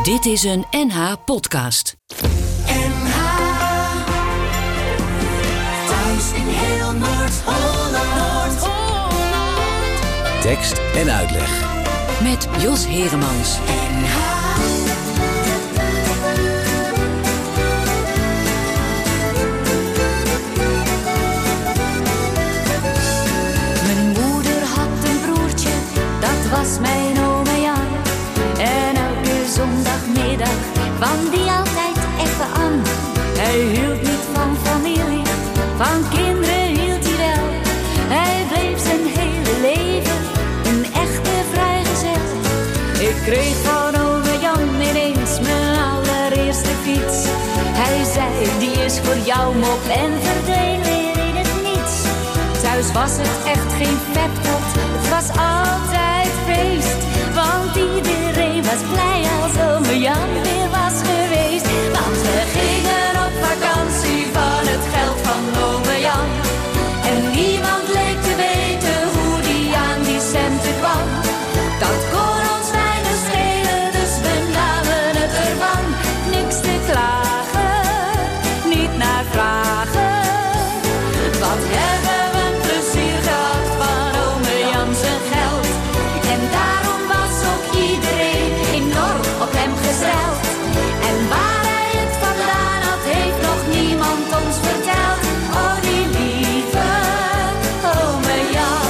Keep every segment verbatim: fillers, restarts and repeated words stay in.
Dit is een N H podcast. N H thuis in heel Noord-Holland. Noord-Holland. Tekst en uitleg Met Jos Heremans. N H Mijn moeder had een broertje, dat was mijn ome Jan. En elke zondagmiddag kwam die altijd even aan. Hij hield niet van familie, van kinderen hield hij wel. Hij bleef zijn hele leven een echte vrijgezel. Ik kreeg van ome Jan ineens mijn allereerste fiets. Hij zei, die is voor jou mop en verdween weer in het niets. Thuis was het echt geen peptot, het was altijd feest. Want iedereen was blij als ome Jan weer was geweest. Want we gingen op vakantie van het geld van ome Jan. En niemand leek te weten hoe die aan die centen kwam. Dat kon ons weinig schelen, dus we namen het ervan. Niks te klagen, niet naar vragen. Wat hebben we een plezier gehad van ome Jan zijn geld. En daarom was ook iedereen enorm op hem gesteld. En waar hij het vandaan had, heeft nog niemand ons verteld. Oh, die lieve ome Jan.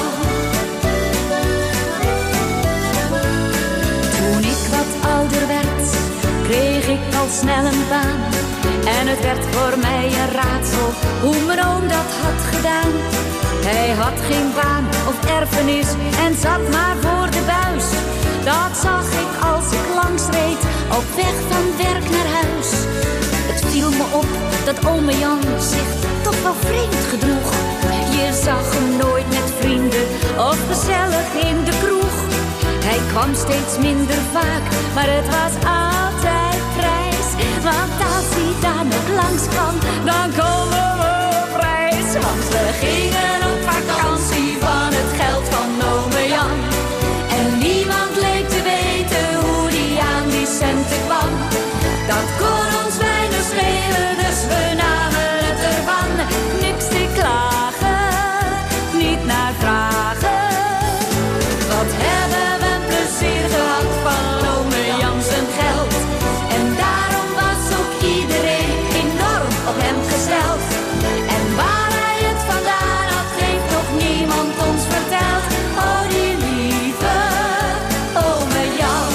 Toen ik wat ouder werd, kreeg ik al snel een baan. En het werd voor mij een raadsel hoe mijn oom dat had gedaan. Hij had geen baan of erfenis en zat maar voor de buis. Dat zag ik als ik langs reed, op weg van werk naar huis. Het viel me op dat ome Jan zich toch wel vreemd gedroeg. Je zag hem nooit met vrienden of gezellig in de kroeg. Hij kwam steeds minder vaak, maar het was altijd prijs. Want als hij daar nog langs kwam, dan komen we op reis. Want we gingen op vakantie van het geld van ome Jan. En niemand leek te weten hoe die aan die centen kwam. Dat kon ons weinig schelen, dus we namen het ervan. Niks te klagen, niet naar vragen. Wat hebben we een plezier gehad van ome Jan zijn geld. En daarom was ook iedereen enorm op hem gesteld. En waar hij het vandaan had, heeft nog niemand ons verteld. Oh, die lieve ome Jan.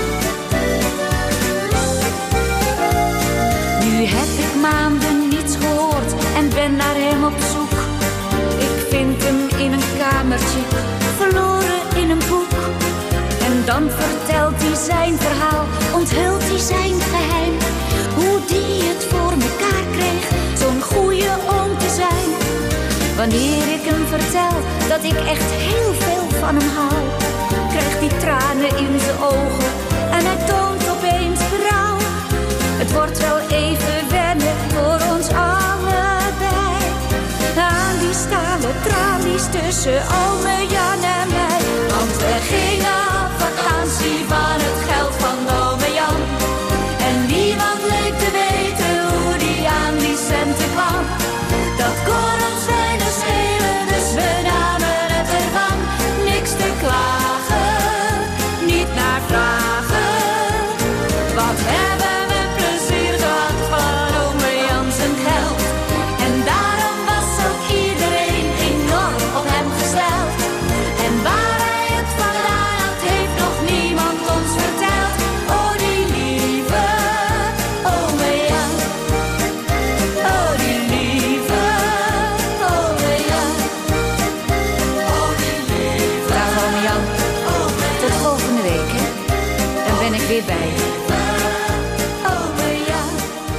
Nu heb ik maanden niets gehoord en ben naar hem op zoek. Ik vind hem in een kamertje, verloren in een boek. En dan vertelt hij zijn verhaal, onthult hij zijn geheim. Hoe die het voor mekaar kreeg, zo'n goeie oom te zijn. Wanneer ik hem vertel dat ik echt heel veel van hem hou, krijgt hij tranen in zijn ogen en hij toont opeens berouw. Het wordt wel even wennen voor ons allebei. Aan die stalen tralies tussen ome Jan en mij. Want we gingen op vakantie van het geld van ome Jan. En niemand leek te weten hoe die aan die centen kwam. Dat kon ons weinig schelen, dus we namen het ervan. Niks te klagen, niet naar vragen. Wat hebben we plezier gehad van ome Jan zijn geld. En daarom was ook iedereen enorm op hem gesteld. En waar hij het vandaan had, heeft nog niemand ons verteld. Oh, die lieve ome Jan. Oh, die lieve ome Jan. Oh, die lieve. Dag ome Jan. Tot volgende week, hè. Dan ben ik weer bij je. Ome Jan.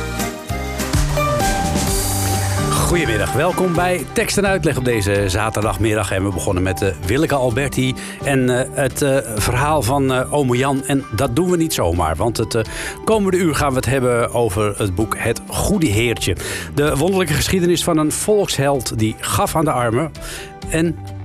Goedemiddag, welkom bij Tekst en Uitleg op deze zaterdagmiddag. En we begonnen met uh, Willeke Alberti en uh, het uh, verhaal van uh, ome Jan. En dat doen we niet zomaar, want het uh, komende uur gaan we het hebben over het boek Het Goede Heertje. De wonderlijke geschiedenis van een volksheld die gaf aan de armen en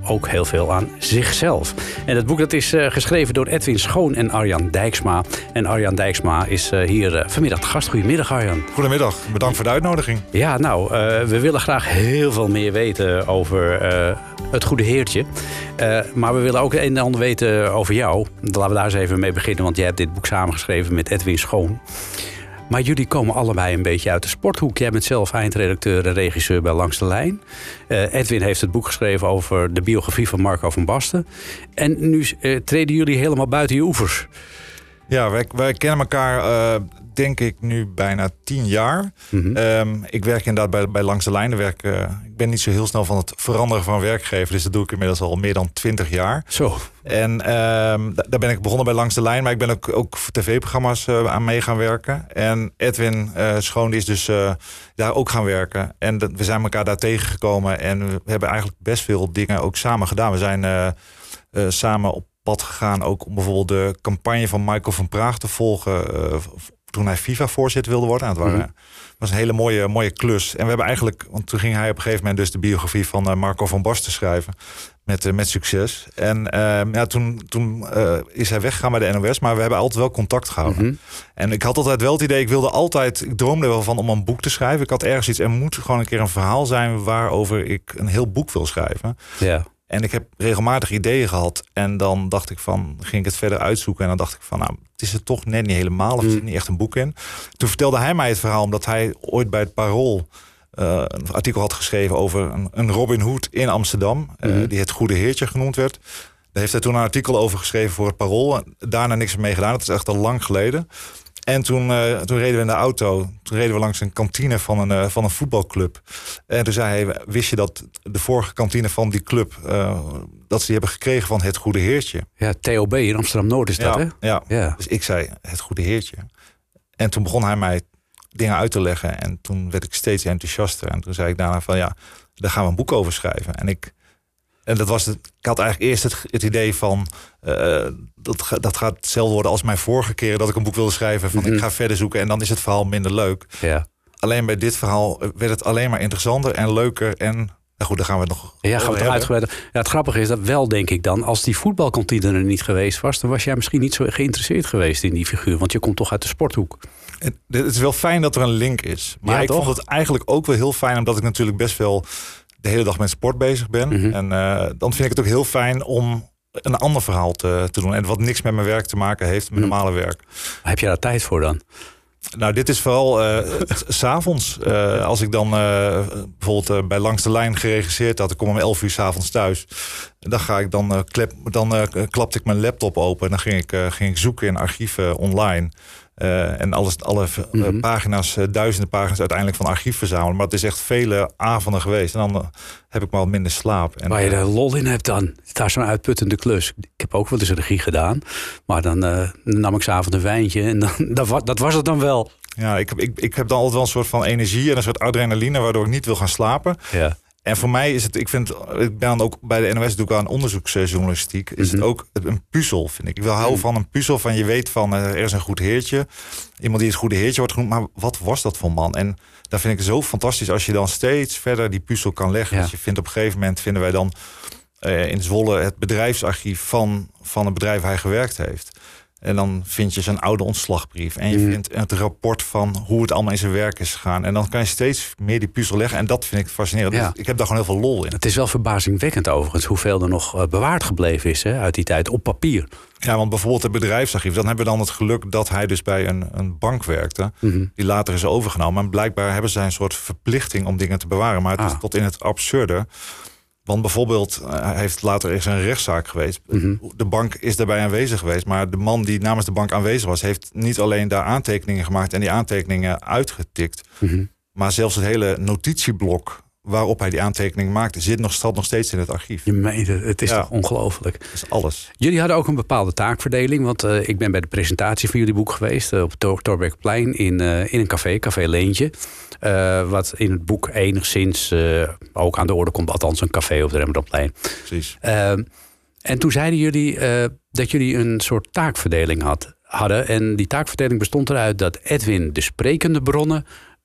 ook heel veel aan zichzelf. En het boek dat is uh, geschreven door Edwin Schoon en Arjan Dijksma. En Arjan Dijksma is uh, hier uh, vanmiddag de gast. Goedemiddag, Arjan. Goedemiddag, bedankt voor de uitnodiging. Ja, nou, uh, we willen graag heel veel meer weten over uh, het Goede Heertje. Uh, maar we willen ook een en ander weten over jou. Laten we daar eens even mee beginnen, want jij hebt dit boek samengeschreven met Edwin Schoon. Maar jullie komen allebei een beetje uit de sporthoek. Jij bent zelf eindredacteur en regisseur bij Langs de Lijn. Uh, Edwin heeft het boek geschreven over de biografie van Marco van Basten. En nu uh, treden jullie helemaal buiten je oevers. Ja, wij, wij kennen elkaar uh, denk ik nu bijna tien jaar. Mm-hmm. Um, ik werk inderdaad bij, bij Langs de Lijn. Werk, uh, ik ben niet zo heel snel van het veranderen van werkgever. Dus dat doe ik inmiddels al meer dan twintig jaar. Zo. En um, daar ben ik begonnen bij Langs de Lijn. Maar ik ben ook, ook voor tv-programma's uh, aan mee gaan werken. En Edwin uh, Schoon die is dus uh, daar ook gaan werken. En de, we zijn elkaar daar tegengekomen. En we hebben eigenlijk best veel dingen ook samen gedaan. We zijn uh, uh, samen op pad gegaan ook om bijvoorbeeld de campagne van Michael van Praag te volgen uh, toen hij FIFA-voorzitter wilde worden. En het waren, mm-hmm. was een hele mooie, mooie klus. En we hebben eigenlijk, want toen ging hij op een gegeven moment dus de biografie van uh, Marco van Basten schrijven. Met, uh, met succes. En uh, ja, toen, toen uh, is hij weggegaan bij de N O S, maar we hebben altijd wel contact gehouden. Mm-hmm. En ik had altijd wel het idee, ik wilde altijd, ik droomde wel van om een boek te schrijven. Ik had ergens iets, er moet gewoon een keer een verhaal zijn waarover ik een heel boek wil schrijven. Ja. Yeah. En ik heb regelmatig ideeën gehad. En dan dacht ik van, ging ik het verder uitzoeken. En dan dacht ik van, nou, het is er toch net niet helemaal. Of er zit niet echt een boek in. Toen vertelde hij mij het verhaal, omdat hij ooit bij het Parool uh, een artikel had geschreven over een, een Robin Hood in Amsterdam. Mm-hmm. Uh, die het Goede Heertje genoemd werd. Daar heeft hij toen een artikel over geschreven voor het Parool. Daarna niks mee gedaan. Dat is echt al lang geleden. En toen, uh, toen reden we in de auto. Toen reden we langs een kantine van een, uh, van een voetbalclub. En toen zei hij, wist je dat de vorige kantine van die club, Uh, dat ze die hebben gekregen van het Goede Heertje? Ja, T O B in Amsterdam-Noord is dat, ja, hè? Ja. ja, Dus ik zei, het Goede Heertje. En toen begon hij mij dingen uit te leggen. En toen werd ik steeds enthousiaster. En toen zei ik daarna van, ja, daar gaan we een boek over schrijven. En ik... En dat was het, ik had eigenlijk eerst het, het idee van, Uh, dat, dat gaat hetzelfde worden als mijn vorige keren dat ik een boek wilde schrijven. Van mm-hmm. ik ga verder zoeken en dan is het verhaal minder leuk. Ja. Alleen bij dit verhaal werd het alleen maar interessanter en leuker. En nou goed, daar gaan we het nog ja, gaan we het uitgebreid. Ja, het grappige is dat wel, denk ik dan, als die voetbalkantine er niet geweest was, dan was jij misschien niet zo geïnteresseerd geweest in die figuur. Want je komt toch uit de sporthoek. Het, het is wel fijn dat er een link is. Maar ja, ik toch? vond het eigenlijk ook wel heel fijn, omdat ik natuurlijk best wel de hele dag met sport bezig ben. Mm-hmm. En uh, dan vind ik het ook heel fijn om een ander verhaal te, te doen. En wat niks met mijn werk te maken heeft, mijn mm. normale werk. Heb je daar tijd voor dan? Nou, dit is vooral uh, 's avonds. Uh, als ik dan uh, bijvoorbeeld uh, bij Langs de Lijn geregisseerd had, ik kom om elf uur 's avonds thuis. Dan ga ik dan, uh, klep, dan uh, klapte ik mijn laptop open en dan ging ik, uh, ging ik zoeken in archieven online. Uh, en alles, alle uh, mm-hmm. pagina's, uh, duizenden pagina's uiteindelijk van archief verzamelen. Maar het is echt vele avonden geweest. En dan uh, heb ik maar wat minder slaap. En, waar je er lol in hebt dan. Daar is zo'n uitputtende klus. Ik heb ook wel eens een regie gedaan. Maar dan uh, nam ik 's avonds een wijntje. En dan, dat, dat was het dan wel. Ja, ik, ik, ik heb dan altijd wel een soort van energie en een soort adrenaline, waardoor ik niet wil gaan slapen. Ja. En voor mij is het, ik vind, ik ben ook bij de N O S doe ik aan onderzoeksjournalistiek. Is mm-hmm. het ook een puzzel, vind ik. Ik wil houden van een puzzel van je weet van er is een goed heertje. Iemand die het Goede Heertje wordt genoemd. Maar wat was dat voor man? En daar vind ik het zo fantastisch als je dan steeds verder die puzzel kan leggen. Ja. Dus je vindt op een gegeven moment vinden wij dan uh, in Zwolle het bedrijfsarchief van, van het bedrijf waar hij gewerkt heeft. En dan vind je zijn oude ontslagbrief. En je mm. vindt het rapport van hoe het allemaal in zijn werk is gegaan. En dan kan je steeds meer die puzzel leggen. En dat vind ik fascinerend. Ja. Ik heb daar gewoon heel veel lol in. Het is wel verbazingwekkend overigens hoeveel er nog bewaard gebleven is, hè, uit die tijd op papier. Ja, want bijvoorbeeld het bedrijfsarchief. Dan hebben we dan het geluk dat hij dus bij een, een bank werkte. Mm-hmm. Die later is overgenomen. En blijkbaar hebben zij een soort verplichting om dingen te bewaren. Maar het ah. is tot in het absurde. Want bijvoorbeeld, hij heeft later is een rechtszaak geweest. Mm-hmm. De bank is daarbij aanwezig geweest. Maar de man die namens de bank aanwezig was, heeft niet alleen daar aantekeningen gemaakt en die aantekeningen uitgetikt. Mm-hmm. Maar zelfs het hele notitieblok waarop hij die aantekening maakte, zit nog, staat nog steeds in het archief. Je meent het, het is ja. toch ongelooflijk. Dat is alles. Jullie hadden ook een bepaalde taakverdeling. Want uh, ik ben bij de presentatie van jullie boek geweest. Uh, op het Tor- Torbekplein in, uh, in een café, Café Leentje. Uh, wat in het boek enigszins uh, ook aan de orde komt. Althans een café op de Rembrandtplein. Precies. Uh, en toen zeiden jullie uh, dat jullie een soort taakverdeling had, hadden. En die taakverdeling bestond eruit dat Edwin de sprekende bronnen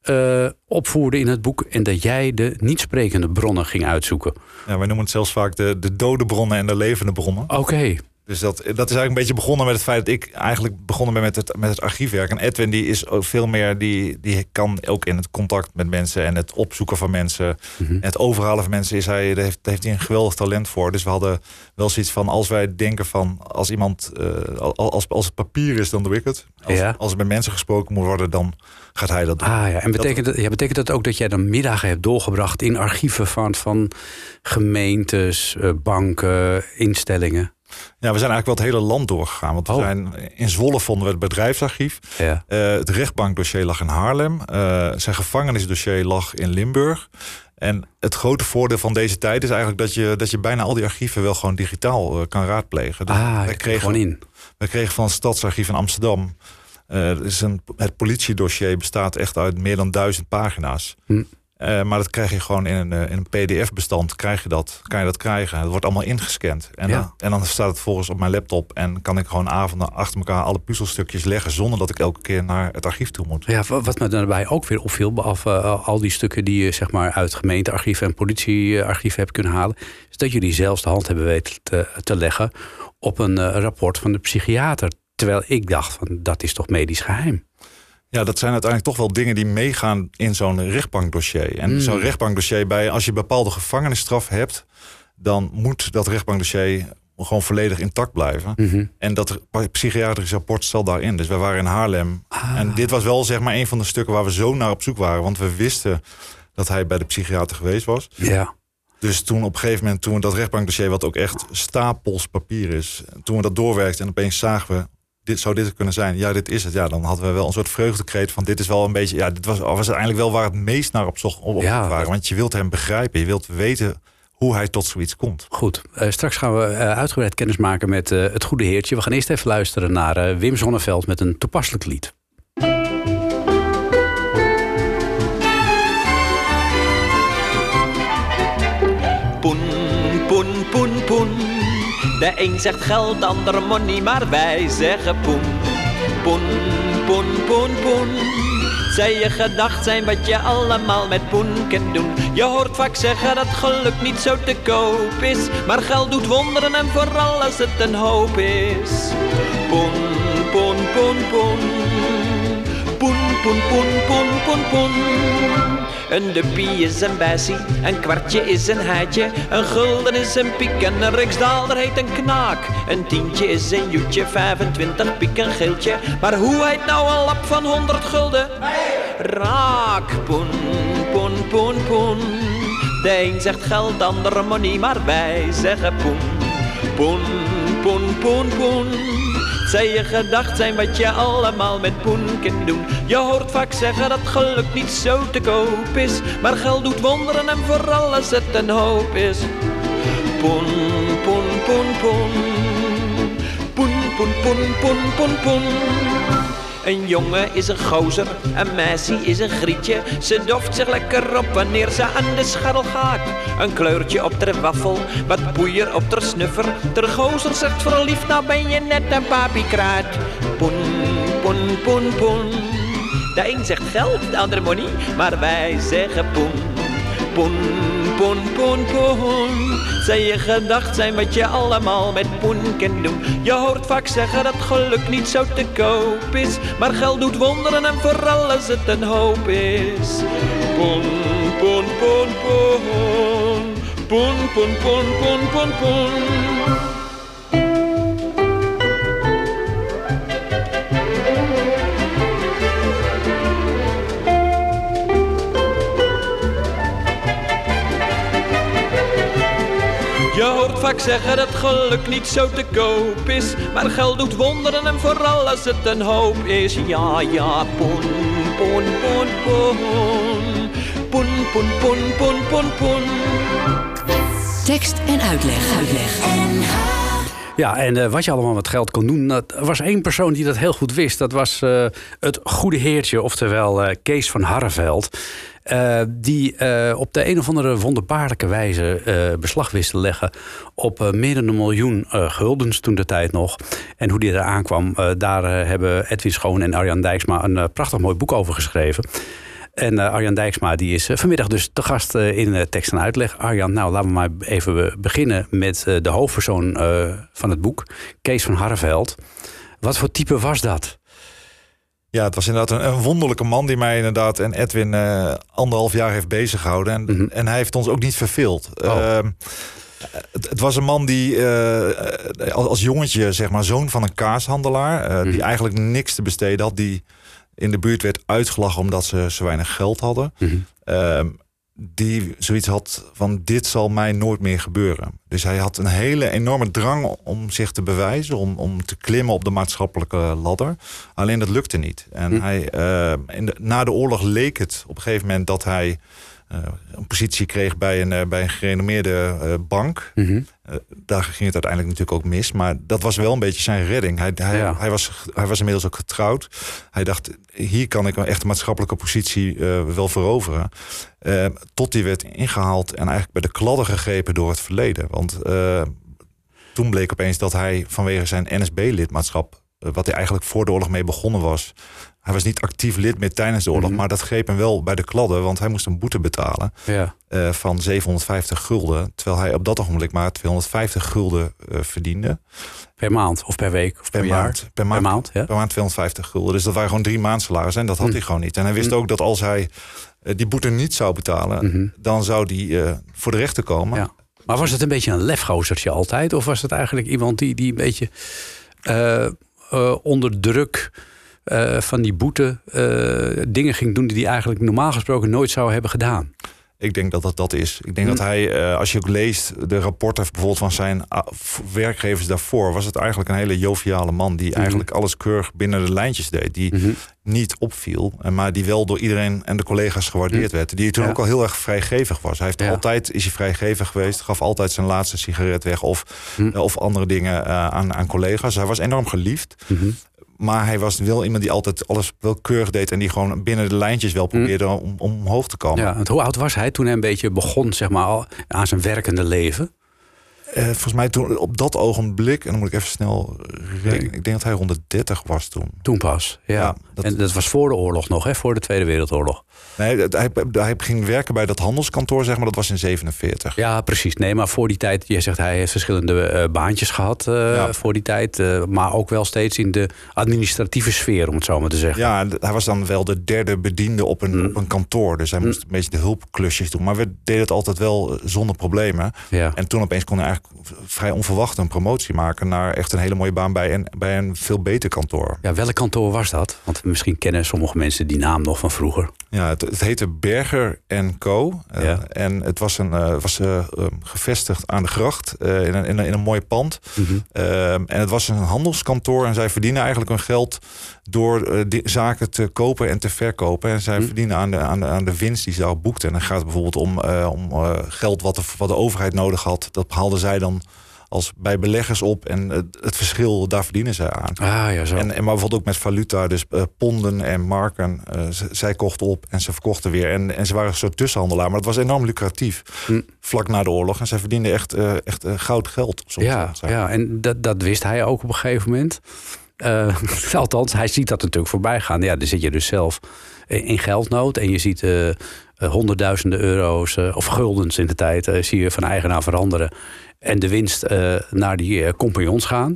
uh, opvoerde in het boek en dat jij de niet sprekende bronnen ging uitzoeken. Ja, wij noemen het zelfs vaak de, de dode bronnen en de levende bronnen. Oké. Okay. Dus dat, dat is eigenlijk een beetje begonnen met het feit dat ik eigenlijk begonnen ben met het, met het archiefwerk. En Edwin die is ook veel meer, die, die kan ook in het contact met mensen en het opzoeken van mensen. Mm-hmm. En het overhalen van mensen is hij, daar heeft, daar heeft hij een geweldig talent voor. Dus we hadden wel zoiets van, als wij denken van, als iemand, uh, als, als het papier is, dan doe ik het. Als, ja. als er met mensen gesproken moet worden, dan gaat hij dat doen. Ah, ja. En betekent dat, ja, betekent dat ook dat jij dan middagen hebt doorgebracht in archieven van, van gemeentes, banken, instellingen? Ja, we zijn eigenlijk wel het hele land doorgegaan. Want we oh. zijn in Zwolle vonden we het bedrijfsarchief. Ja. Uh, het rechtbankdossier lag in Haarlem. Uh, zijn gevangenisdossier lag in Limburg. En het grote voordeel van deze tijd is eigenlijk dat je, dat je bijna al die archieven wel gewoon digitaal uh, kan raadplegen. Dus ah, wij kregen gewoon in. We kregen van het Stadsarchief in Amsterdam. Uh, is een, het politiedossier bestaat echt uit meer dan duizend pagina's. Hm. Uh, maar dat krijg je gewoon in een, uh, in een P D F-bestand. Krijg je dat, kan je dat krijgen. Het wordt allemaal ingescand. En, ja. dan, en dan staat het volgens op mijn laptop. En kan ik gewoon avonden achter elkaar alle puzzelstukjes leggen. Zonder dat ik elke keer naar het archief toe moet. Ja, wat me daarbij ook weer opviel. Behalve uh, al die stukken die je zeg maar, uit gemeentearchieven en politiearchieven hebt kunnen halen. Is dat jullie zelfs de hand hebben weten te, te leggen op een uh, rapport van de psychiater. Terwijl ik dacht, van, dat is toch medisch geheim? Ja, dat zijn uiteindelijk toch wel dingen die meegaan in zo'n rechtbankdossier. En mm. zo'n rechtbankdossier, bij, als je een bepaalde gevangenisstraf hebt, dan moet dat rechtbankdossier gewoon volledig intact blijven. Mm-hmm. En dat psychiatrisch rapport stelt daarin. Dus we waren in Haarlem. Ah. En dit was wel zeg maar een van de stukken waar we zo naar op zoek waren. Want we wisten dat hij bij de psychiater geweest was. Ja. Dus toen op een gegeven moment, toen we dat rechtbankdossier, wat ook echt stapels papier is, toen we dat doorwerkten en opeens zagen we, dit zou dit kunnen zijn. Ja, dit is het. Ja, dan hadden we wel een soort vreugdekreet van dit is wel een beetje. Ja, dit was, was uiteindelijk wel waar het meest naar op zocht op ja, waren. Want je wilt hem begrijpen. Je wilt weten hoe hij tot zoiets komt. Goed. Uh, straks gaan we uh, uitgebreid kennis maken met uh, het goede heertje. We gaan eerst even luisteren naar uh, Wim Sonneveld met een toepasselijk lied. Poen, poen, poen, poen. De een zegt geld, de ander money, maar wij zeggen poen. Poen, poen, poen, poen. Zij je gedacht zijn wat je allemaal met poen kunt doen. Je hoort vaak zeggen dat geluk niet zo te koop is. Maar geld doet wonderen en vooral als het een hoop is. Poen, poen, poen, poen. Poen, poen, poen, poen, poen, poen. Een duppie is een bessie, een kwartje is een heitje, een gulden is een piek en een riksdaalder heet een knaak. Een tientje is een joetje, vijfentwintig piek een geeltje. Maar hoe heet nou een lap van honderd gulden? Raak, poen, poen, poen, poen. De een zegt geld, de ander money, maar wij zeggen poen. Poen, poen, poen, poen. Zij je gedacht zijn wat je allemaal met poen kunt doen. Je hoort vaak zeggen dat geluk niet zo te koop is. Maar geld doet wonderen en vooral als het een hoop is. Poen, poen, poen, poen. Poen, poen, poen, poen, poen, poen. Een jongen is een gozer, een meisje is een grietje. Ze doft zich lekker op wanneer ze aan de scharrel gaat. Een kleurtje op ter waffel, wat poeier op ter snuffer. Ter gozer zegt verliefd, nou ben je net een papiekraat. Poen, poen, poen, poen. De een zegt geld, de ander money, maar wij zeggen poen. Poen, poen, poen, poen. Zij je gedacht zijn wat je allemaal met poen kunt doen. Je hoort vaak zeggen dat geluk niet zo te koop is. Maar geld doet wonderen en vooral als het een hoop is. Poen, poen, poen, poen. Poen, poen, poen, poen, poen, poen. Je hoort vaak zeggen dat geluk niet zo te koop is. Maar geld doet wonderen en vooral als het een hoop is. Ja, ja, poen, poen, poen, poen. Poen, poen, poen, poen, poen, poen. Tekst en uitleg. uitleg. Ja, en uh, wat je allemaal met geld kon doen, dat was één persoon die dat heel goed wist. Dat was uh, het goede heertje, oftewel uh, Kees van Harreveld. Uh, die uh, op de een of andere wonderbaarlijke wijze uh, beslag wist te leggen op uh, meer dan een miljoen uh, guldens toen de tijd nog. En hoe die er aankwam, uh, daar uh, hebben Edwin Schoon en Arjan Dijksma een uh, prachtig mooi boek over geschreven. En uh, Arjan Dijksma die is uh, vanmiddag dus te gast uh, in uh, tekst en uitleg. Arjan, nou laten we maar even beginnen met uh, de hoofdpersoon uh, van het boek. Kees van Harreveld. Wat voor type was dat? Ja, het was inderdaad een, een wonderlijke man die mij inderdaad en Edwin uh, anderhalf jaar heeft bezig gehouden. En, mm-hmm. en hij heeft ons ook niet verveeld. Oh. Uh, het, het was een man die uh, als, als jongetje, zeg maar, zoon van een kaashandelaar, uh, mm-hmm. die eigenlijk niks te besteden had, die in de buurt werd uitgelachen omdat ze zo weinig geld hadden. Mm-hmm. Uh, die zoiets had van, dit zal mij nooit meer gebeuren. Dus hij had een hele enorme drang om zich te bewijzen, om, om te klimmen op de maatschappelijke ladder. Alleen dat lukte niet. En mm. hij, uh, in de, na de oorlog leek het op een gegeven moment dat hij uh, een positie kreeg bij een, uh, bij een gerenommeerde uh, bank. Mm-hmm. Uh, daar ging het uiteindelijk natuurlijk ook mis. Maar dat was wel een beetje zijn redding. Hij, hij, ja. hij, was, hij was inmiddels ook getrouwd. Hij dacht, hier kan ik een echte maatschappelijke positie uh, wel veroveren. Uh, tot die werd ingehaald en eigenlijk bij de kladden gegrepen door het verleden. Want uh, toen bleek opeens dat hij vanwege zijn N S B-lidmaatschap, uh, wat hij eigenlijk voor de oorlog mee begonnen was, hij was niet actief lid meer tijdens de oorlog, mm-hmm. maar dat greep hem wel bij de kladden, want hij moest een boete betalen ja. uh, van zevenhonderdvijftig gulden, terwijl hij op dat ogenblik maar tweehonderdvijftig gulden uh, verdiende. Per maand of per week of per, per jaar? Maand, per maand, per maand, ja? per maand tweehonderdvijftig gulden. Dus dat waren gewoon drie maandsalarissen en dat had mm. hij gewoon niet. En hij wist mm. ook dat als hij uh, die boete niet zou betalen, mm-hmm. dan zou die uh, voor de rechter komen. Ja. Maar was het een beetje een lefgozertje altijd? Of was het eigenlijk iemand die, die een beetje uh, uh, onder druk uh, van die boete uh, dingen ging doen die hij eigenlijk normaal gesproken nooit zou hebben gedaan? Ik denk dat dat dat is. Ik denk mm. dat hij, uh, als je ook leest de rapporten bijvoorbeeld van zijn uh, werkgevers daarvoor, was het eigenlijk een hele joviale man die mm-hmm. eigenlijk alles keurig binnen de lijntjes deed. Die mm-hmm. niet opviel, maar die wel door iedereen en de collega's gewaardeerd mm. werd. Die toen ja. ook al heel erg vrijgevig was. Hij heeft ja. altijd, is hij vrijgevig geweest, gaf altijd zijn laatste sigaret weg of, mm. uh, of andere dingen uh, aan, aan collega's. Hij was enorm geliefd. Mm-hmm. Maar hij was wel iemand die altijd alles wel keurig deed en die gewoon binnen de lijntjes wel probeerde mm. om, om omhoog te komen. Ja, want hoe oud was hij toen hij een beetje begon, zeg maar, al aan zijn werkende leven? Uh, volgens mij toen op dat ogenblik, en dan moet ik even snel rekenen, ik denk dat hij rond de dertig was toen. Toen pas, ja. ja dat... En dat was voor de oorlog nog, hè? Voor de Tweede Wereldoorlog. Nee, hij, hij ging werken bij dat handelskantoor, zeg maar, dat was in zevenenveertig. Ja, precies. Nee, maar voor die tijd, je zegt hij heeft verschillende uh, baantjes gehad uh, ja. voor die tijd. Uh, maar ook wel steeds in de administratieve sfeer, om het zo maar te zeggen. Ja, hij was dan wel de derde bediende op een, mm. op een kantoor. Dus hij mm. moest een beetje de hulpklusjes doen. Maar we deden het altijd wel zonder problemen. Ja. En toen opeens kon hij eigenlijk vrij onverwacht een promotie maken naar echt een hele mooie baan bij een, bij een veel beter kantoor. Ja, welk kantoor was dat? Want misschien kennen sommige mensen die naam nog van vroeger. Ja, het, het heette Berger en Co. Ja. Uh, en het was, een, uh, was uh, uh, gevestigd aan de gracht uh, in, een, in, een, in een mooi pand. Mm-hmm. Uh, en het was een handelskantoor en zij verdienen eigenlijk hun geld door uh, die zaken te kopen en te verkopen. En zij mm-hmm. verdienen aan de, aan, de, aan de winst die ze daar boekten. En dan gaat het bijvoorbeeld om, uh, om uh, geld wat de, wat de overheid nodig had. Dat haalden zij dan als bij beleggers op en het, het verschil, daar verdienen zij aan. Ah, ja, zo. En, en maar bijvoorbeeld ook met valuta, dus uh, ponden en marken. Uh, z- zij kochten op en ze verkochten weer. En, en ze waren een soort tussenhandelaar, maar het was enorm lucratief. Hm. Vlak na de oorlog. En zij verdienden echt, uh, echt uh, goud geld. Soms ja, ja, en dat, dat wist hij ook op een gegeven moment. Uh, althans, hij ziet dat natuurlijk voorbij gaan. Ja, dan zit je dus zelf in geldnood en je ziet uh, uh, honderdduizenden euro's uh, of guldens in de tijd uh, zie je van eigenaar veranderen. En de winst uh, naar die uh, compagnons gaan.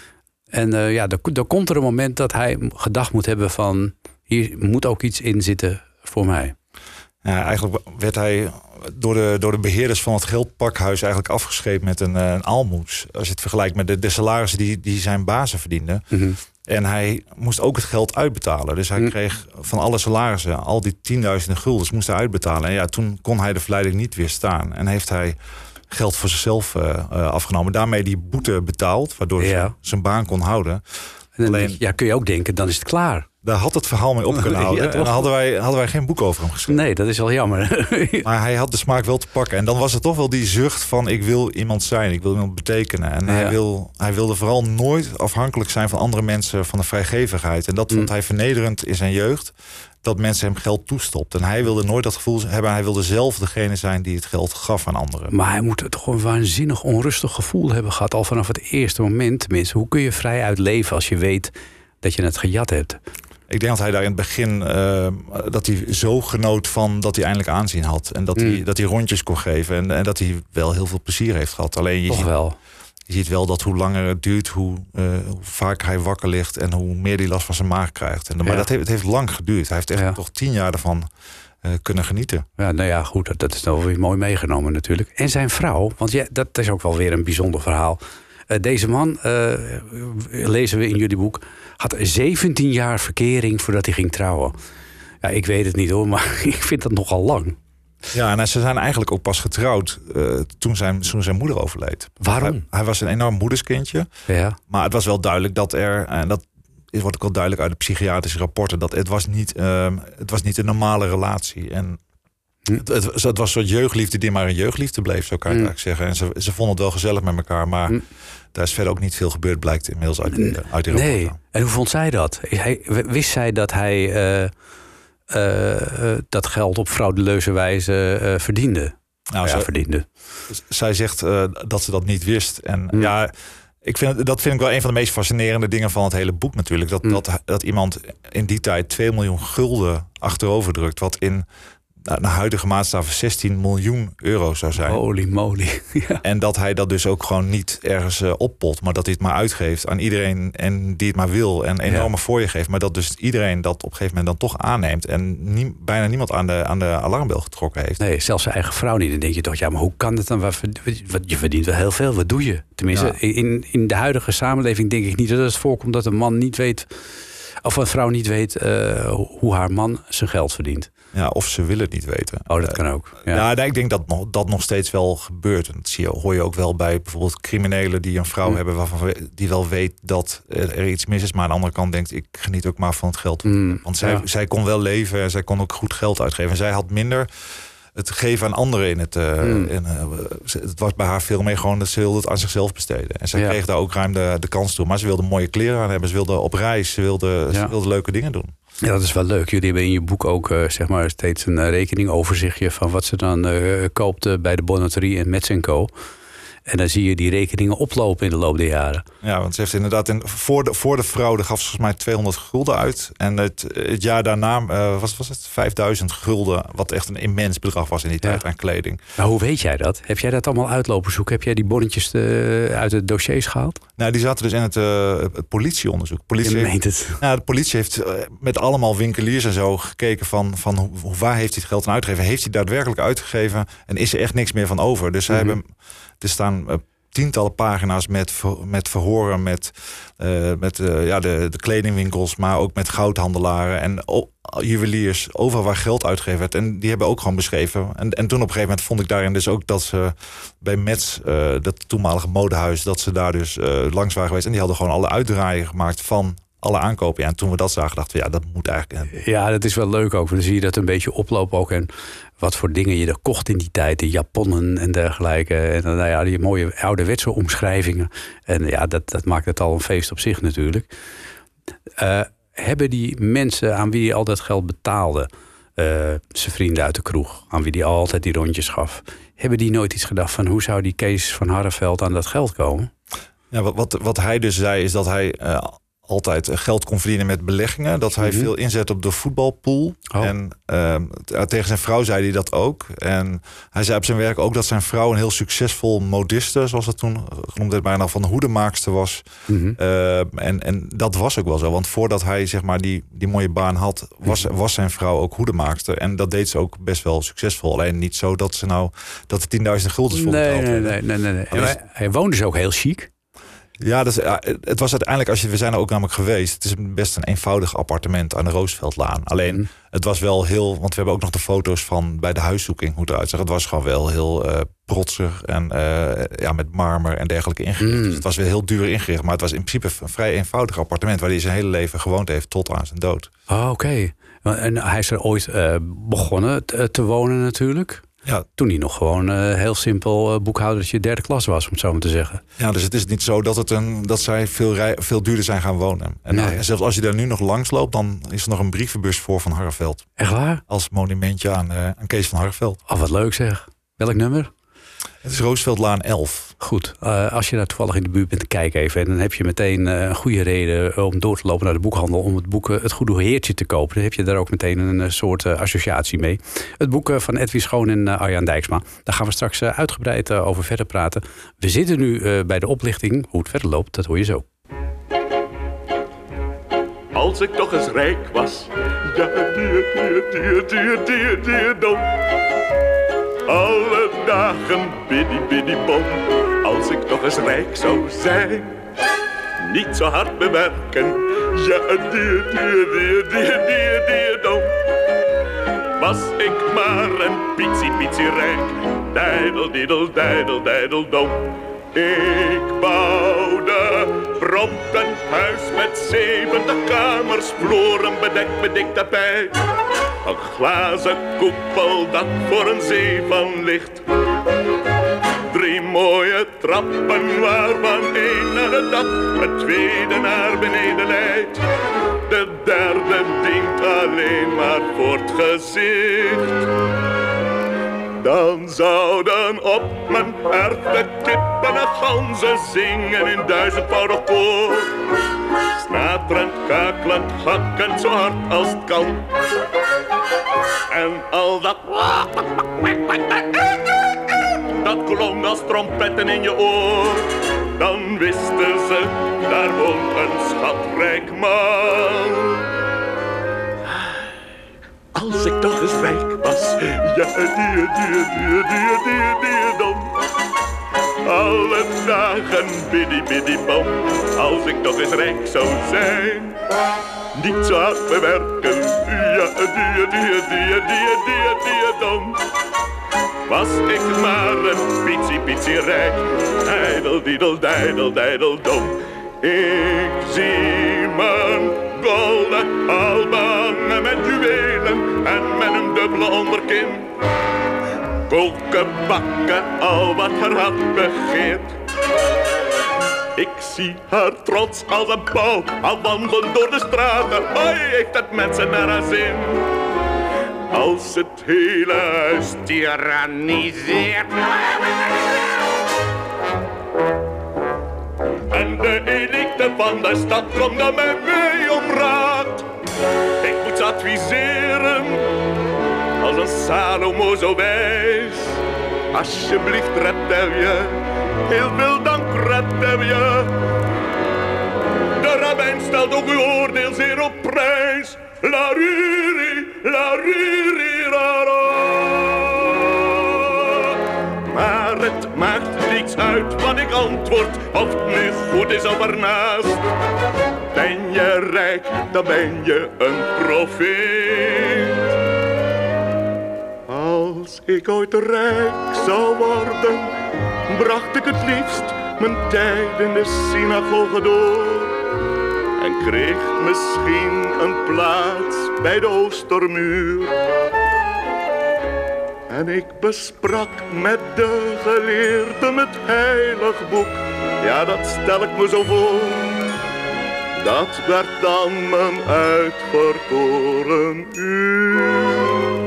En uh, ja, dan komt er een moment dat hij gedacht moet hebben van, hier moet ook iets in zitten voor mij. Ja, eigenlijk werd hij door de, door de beheerders van het geldpakhuis eigenlijk afgescheept met een, een aalmoes. Als je het vergelijkt met de, de salarissen die, die zijn bazen verdienden. Mm-hmm. En hij moest ook het geld uitbetalen. Dus hij mm. kreeg van alle salarissen, al die tienduizenden guldens moest hij uitbetalen. En ja, toen kon hij de verleiding niet weerstaan. En heeft hij geld voor zichzelf uh, uh, afgenomen. Daarmee die boete betaald, waardoor ja. hij zijn baan kon houden. En dan, alleen, ja, kun je ook denken, dan is het klaar. Daar had het verhaal mee op kunnen houden. Ja, en dan hadden wij, hadden wij geen boek over hem geschreven. Nee, dat is wel jammer. Maar hij had de smaak wel te pakken. En dan was het toch wel die zucht van, ik wil iemand zijn. Ik wil iemand betekenen. En ja. hij, wil, hij wilde vooral nooit afhankelijk zijn van andere mensen, van de vrijgevigheid. En dat vond mm. hij vernederend in zijn jeugd. Dat mensen hem geld toestopt. En hij wilde nooit dat gevoel hebben. Hij wilde zelf degene zijn die het geld gaf aan anderen. Maar hij moet toch een waanzinnig onrustig gevoel hebben gehad. Al vanaf het eerste moment. Tenminste, hoe kun je vrij uit leven als je weet dat je het gejat hebt? Ik denk dat hij daar in het begin uh, dat hij zo genoot van dat hij eindelijk aanzien had. En dat, mm. hij, dat hij rondjes kon geven. En, en dat hij wel heel veel plezier heeft gehad. Alleen je Toch ziet, wel. Je ziet wel dat hoe langer het duurt, hoe, uh, hoe vaker hij wakker ligt. En hoe meer hij last van zijn maag krijgt. En, maar ja. dat heeft, het heeft lang geduurd. Hij heeft echt ja. toch tien jaar ervan uh, kunnen genieten. Ja, nou ja, goed. Dat, dat is dan weer mooi meegenomen natuurlijk. En zijn vrouw, want ja, dat is ook wel weer een bijzonder verhaal. Uh, deze man, uh, lezen we in jullie boek, had zeventien jaar verkering voordat hij ging trouwen. Ja, ik weet het niet hoor, maar ik vind dat nogal lang. Ja, en ze zijn eigenlijk ook pas getrouwd uh, toen, zijn, toen zijn moeder overleed. Waarom? Hij, hij was een enorm moederskindje. Ja. Maar het was wel duidelijk dat er, en dat wordt ook wel duidelijk uit de psychiatrische rapporten, dat het was niet, uh, het was niet een normale relatie. En hm. het, het, het was een soort jeugdliefde die maar een jeugdliefde bleef, zo kan je hm. eigenlijk zeggen. En ze, ze vonden het wel gezellig met elkaar, maar hm. daar is verder ook niet veel gebeurd, blijkt inmiddels uit, uh, uit die rapporten. Nee, en hoe vond zij dat? Hij, wist zij dat hij uh, uh, uh, dat geld op frauduleuze wijze uh, verdiende? Nou, ja, zij, verdiende. Zij zegt uh, dat ze dat niet wist. En hm. ja, ik vind, dat vind ik wel een van de meest fascinerende dingen van het hele boek natuurlijk. Dat, hm. dat, dat iemand in die tijd twee miljoen gulden achterover drukt, wat in naar huidige maatstaven zestien miljoen euro zou zijn. Holy moly. Ja. En dat hij dat dus ook gewoon niet ergens uh, oppot, maar dat hij het maar uitgeeft aan iedereen en die het maar wil en enorme ja. fooien geeft. Maar dat dus iedereen dat op een gegeven moment dan toch aanneemt en nie, bijna niemand aan de, aan de alarmbel getrokken heeft. Nee, zelfs zijn eigen vrouw niet. Dan denk je toch, ja, maar hoe kan het dan? Je verdient wel heel veel. Wat doe je? Tenminste, ja. in, in de huidige samenleving denk ik niet dat het voorkomt dat een man niet weet, of een vrouw niet weet uh, hoe haar man zijn geld verdient. Ja, of ze willen het niet weten. Oh, dat kan ook. Ja, ja ik denk dat nog, dat nog steeds wel gebeurt. En dat zie je, hoor je ook wel bij bijvoorbeeld criminelen die een vrouw mm. hebben waarvan die wel weet dat er iets mis is, maar aan de andere kant denkt, ik geniet ook maar van het geld. Mm. Want zij, ja. zij kon wel leven en zij kon ook goed geld uitgeven. En zij had minder het geven aan anderen in het. Uh, mm. in, uh, het was bij haar veel meer gewoon dat ze wilde het aan zichzelf besteden. En zij ja. kreeg daar ook ruim de, de kans toe. Maar ze wilde mooie kleren aan hebben. Ze wilde op reis. Ze wilde, ja. ze wilde leuke dingen doen. Ja, dat is wel leuk. Jullie hebben in je boek ook uh, zeg maar steeds een uh, rekeningoverzichtje van wat ze dan uh, koopt uh, bij de Bonneterie en Metz en Co. En dan zie je die rekeningen oplopen in de loop der jaren. Ja, want ze heeft inderdaad in, voor, de, voor de fraude gaf ze volgens mij tweehonderd gulden uit. En het, het jaar daarna uh, was, was het vijfduizend gulden, wat echt een immens bedrag was in die tijd ja. aan kleding. Maar hoe weet jij dat? Heb jij dat allemaal uitlopen zoeken? Heb jij die bonnetjes uh, uit het dossiers gehaald? Nou, die zaten dus in het, uh, het politieonderzoek. Politie Je meent het. Nou, de politie heeft uh, met allemaal winkeliers en zo gekeken van, van hoe, waar heeft hij het geld aan uitgegeven? Heeft hij daadwerkelijk uitgegeven? En is er echt niks meer van over? Dus zij mm-hmm. hebben... Er staan uh, tientallen pagina's met, met verhoren met, uh, met uh, ja, de, de kledingwinkels, maar ook met goudhandelaren en o, juweliers, overal waar geld uitgegeven werd. En die hebben ook gewoon beschreven. En, en toen op een gegeven moment vond ik daarin dus ook dat ze bij Metz, uh, dat toenmalige modehuis, dat ze daar dus uh, langs waren geweest. En die hadden gewoon alle uitdraaien gemaakt van alle aankopen. Ja, en toen we dat zagen, dachten we, ja, dat moet eigenlijk. Ja, dat is wel leuk ook. Dan zie je dat een beetje oplopen ook. En wat voor dingen je er kocht in die tijd. De japonnen en dergelijke. En nou ja, die mooie ouderwetse omschrijvingen. En ja, dat, dat maakt het al een feest op zich natuurlijk. Uh, hebben die mensen aan wie hij al dat geld betaalde, uh, zijn vrienden uit de kroeg, aan wie hij altijd die rondjes gaf, hebben die nooit iets gedacht van hoe zou die Kees van Harreveld aan dat geld komen? Ja, wat, wat, wat hij dus zei is dat hij Uh, altijd geld kon verdienen met beleggingen. Dat hij mm-hmm. veel inzet op de voetbalpool. Oh. En uh, tegen zijn vrouw zei hij dat ook. En hij zei op zijn werk ook dat zijn vrouw een heel succesvol modiste, zoals dat toen genoemd werd, bijna van hoedemaakster was. Mm-hmm. Uh, en, en dat was ook wel zo. Want voordat hij zeg maar die, die mooie baan had, was, mm-hmm. was zijn vrouw ook hoedemaakster. En dat deed ze ook best wel succesvol. Alleen niet zo dat ze nou dat er tienduizend guldens voor nee, nee, nee, nee, nee, nee. Hij, hij woonde dus ook heel chic. Ja, dus, ja, het was uiteindelijk, als je, we zijn er ook namelijk geweest. Het is best een eenvoudig appartement aan de Roosveldlaan. Alleen, mm. het was wel heel, want we hebben ook nog de foto's van bij de huiszoeking, hoe het eruit zag. Het was gewoon wel heel uh, protsig en uh, ja, met marmer en dergelijke ingericht. Mm. Dus het was weer heel duur ingericht. Maar het was in principe een vrij eenvoudig appartement waar hij zijn hele leven gewoond heeft tot aan zijn dood. Oh, oké. Okay. En hij is er ooit uh, begonnen te, te wonen natuurlijk. Ja. Toen hij nog gewoon uh, heel simpel uh, boekhoudertje derde klas was, om het zo maar te zeggen. Ja, dus het is niet zo dat, het een, dat zij veel, rij, veel duurder zijn gaan wonen. En, nee. en zelfs als je daar nu nog langs loopt, dan is er nog een brievenbus voor van Harreveld. Echt waar? Als monumentje aan, uh, aan Kees van Harreveld. Oh, wat leuk zeg. Welk nummer? Het is Roosveldlaan elf. Goed, uh, als je daar toevallig in de buurt bent, kijk even. En dan heb je meteen uh, een goede reden om door te lopen naar de boekhandel... om het boek uh, Het Goede Heertje te kopen. Dan heb je daar ook meteen een uh, soort uh, associatie mee. Het boek uh, van Edwin Schoon en uh, Arjan Dijksma. Daar gaan we straks uh, uitgebreid uh, over verder praten. We zitten nu uh, bij de oplichting. Hoe het verder loopt, dat hoor je zo. Als ik toch eens rijk was, ja, dier, dier, dier, dier, dier, dier, dom. Alle dagen biddy, biddy, bom. Als ik toch eens rijk zou zijn, niet zo hard bewerken, ja, dier, dier, dier, dier, dier, dier, dom. Was ik maar een pietsie, pietsie rijk, dijdel, diedel, dijdel, dijdel, dom. Ik bouwde prompt een huis met zeventig kamers, vloeren bedekt met dik tapijt. Een glazen koepel dat voor een zee van licht. Drie mooie trappen waarvan één naar het dak, het tweede naar beneden leidt. De derde dient alleen maar voor het gezicht. Dan zouden op mijn erf de kippen en ganzen zingen in duizendvoudig koor. Snaterend, kakelend, hakkend zo hard als het kan. En al dat... dat klonk als trompetten in je oor. Dan wisten ze, daar woont een schatrijk man. Als ik toch eens rijk was, ja, dier, dier, dier, dier, dier, dier, dom. Alle dagen biddy, biddy, bom. Als ik toch eens rijk zou zijn, niet zo hard bewerken, ja, dier, dier, dier, dier, dier, dier, dom. Was ik maar een pietsie, pietsie rijk, dijdel, diedel, dijdel, dijdel, dom. Ik zie mijn golden albangen met juwelen en met een dubbele onderkin. Koken, bakken, al wat haar hart begeert. Ik zie haar trots als een pauw, al wandelen door de straten. Hoi, heeft het mensen naar haar zin. Als het hele huis tyranniseert. En de elite van de stad komt naar mij mee om raad. Ik moet ze adviseren, als een Salomo zo wijs. Alsjeblieft, red heb je, heel veel dank, red heb je. De rabbijn stelt ook uw oordeel zeer op prijs. La riri, la riri, ra, ra. Maar het maakt niets uit wat ik antwoord, of het nu goed is of ernaast. Ben je rijk, dan ben je een profeet. Als ik ooit rijk zou worden, bracht ik het liefst mijn tijd in de synagoge door. En kreeg misschien een plaats bij de Oostermuur. En ik besprak met de geleerden het heilig boek. Ja, dat stel ik me zo voor. Dat werd dan mijn uitverkoren uur.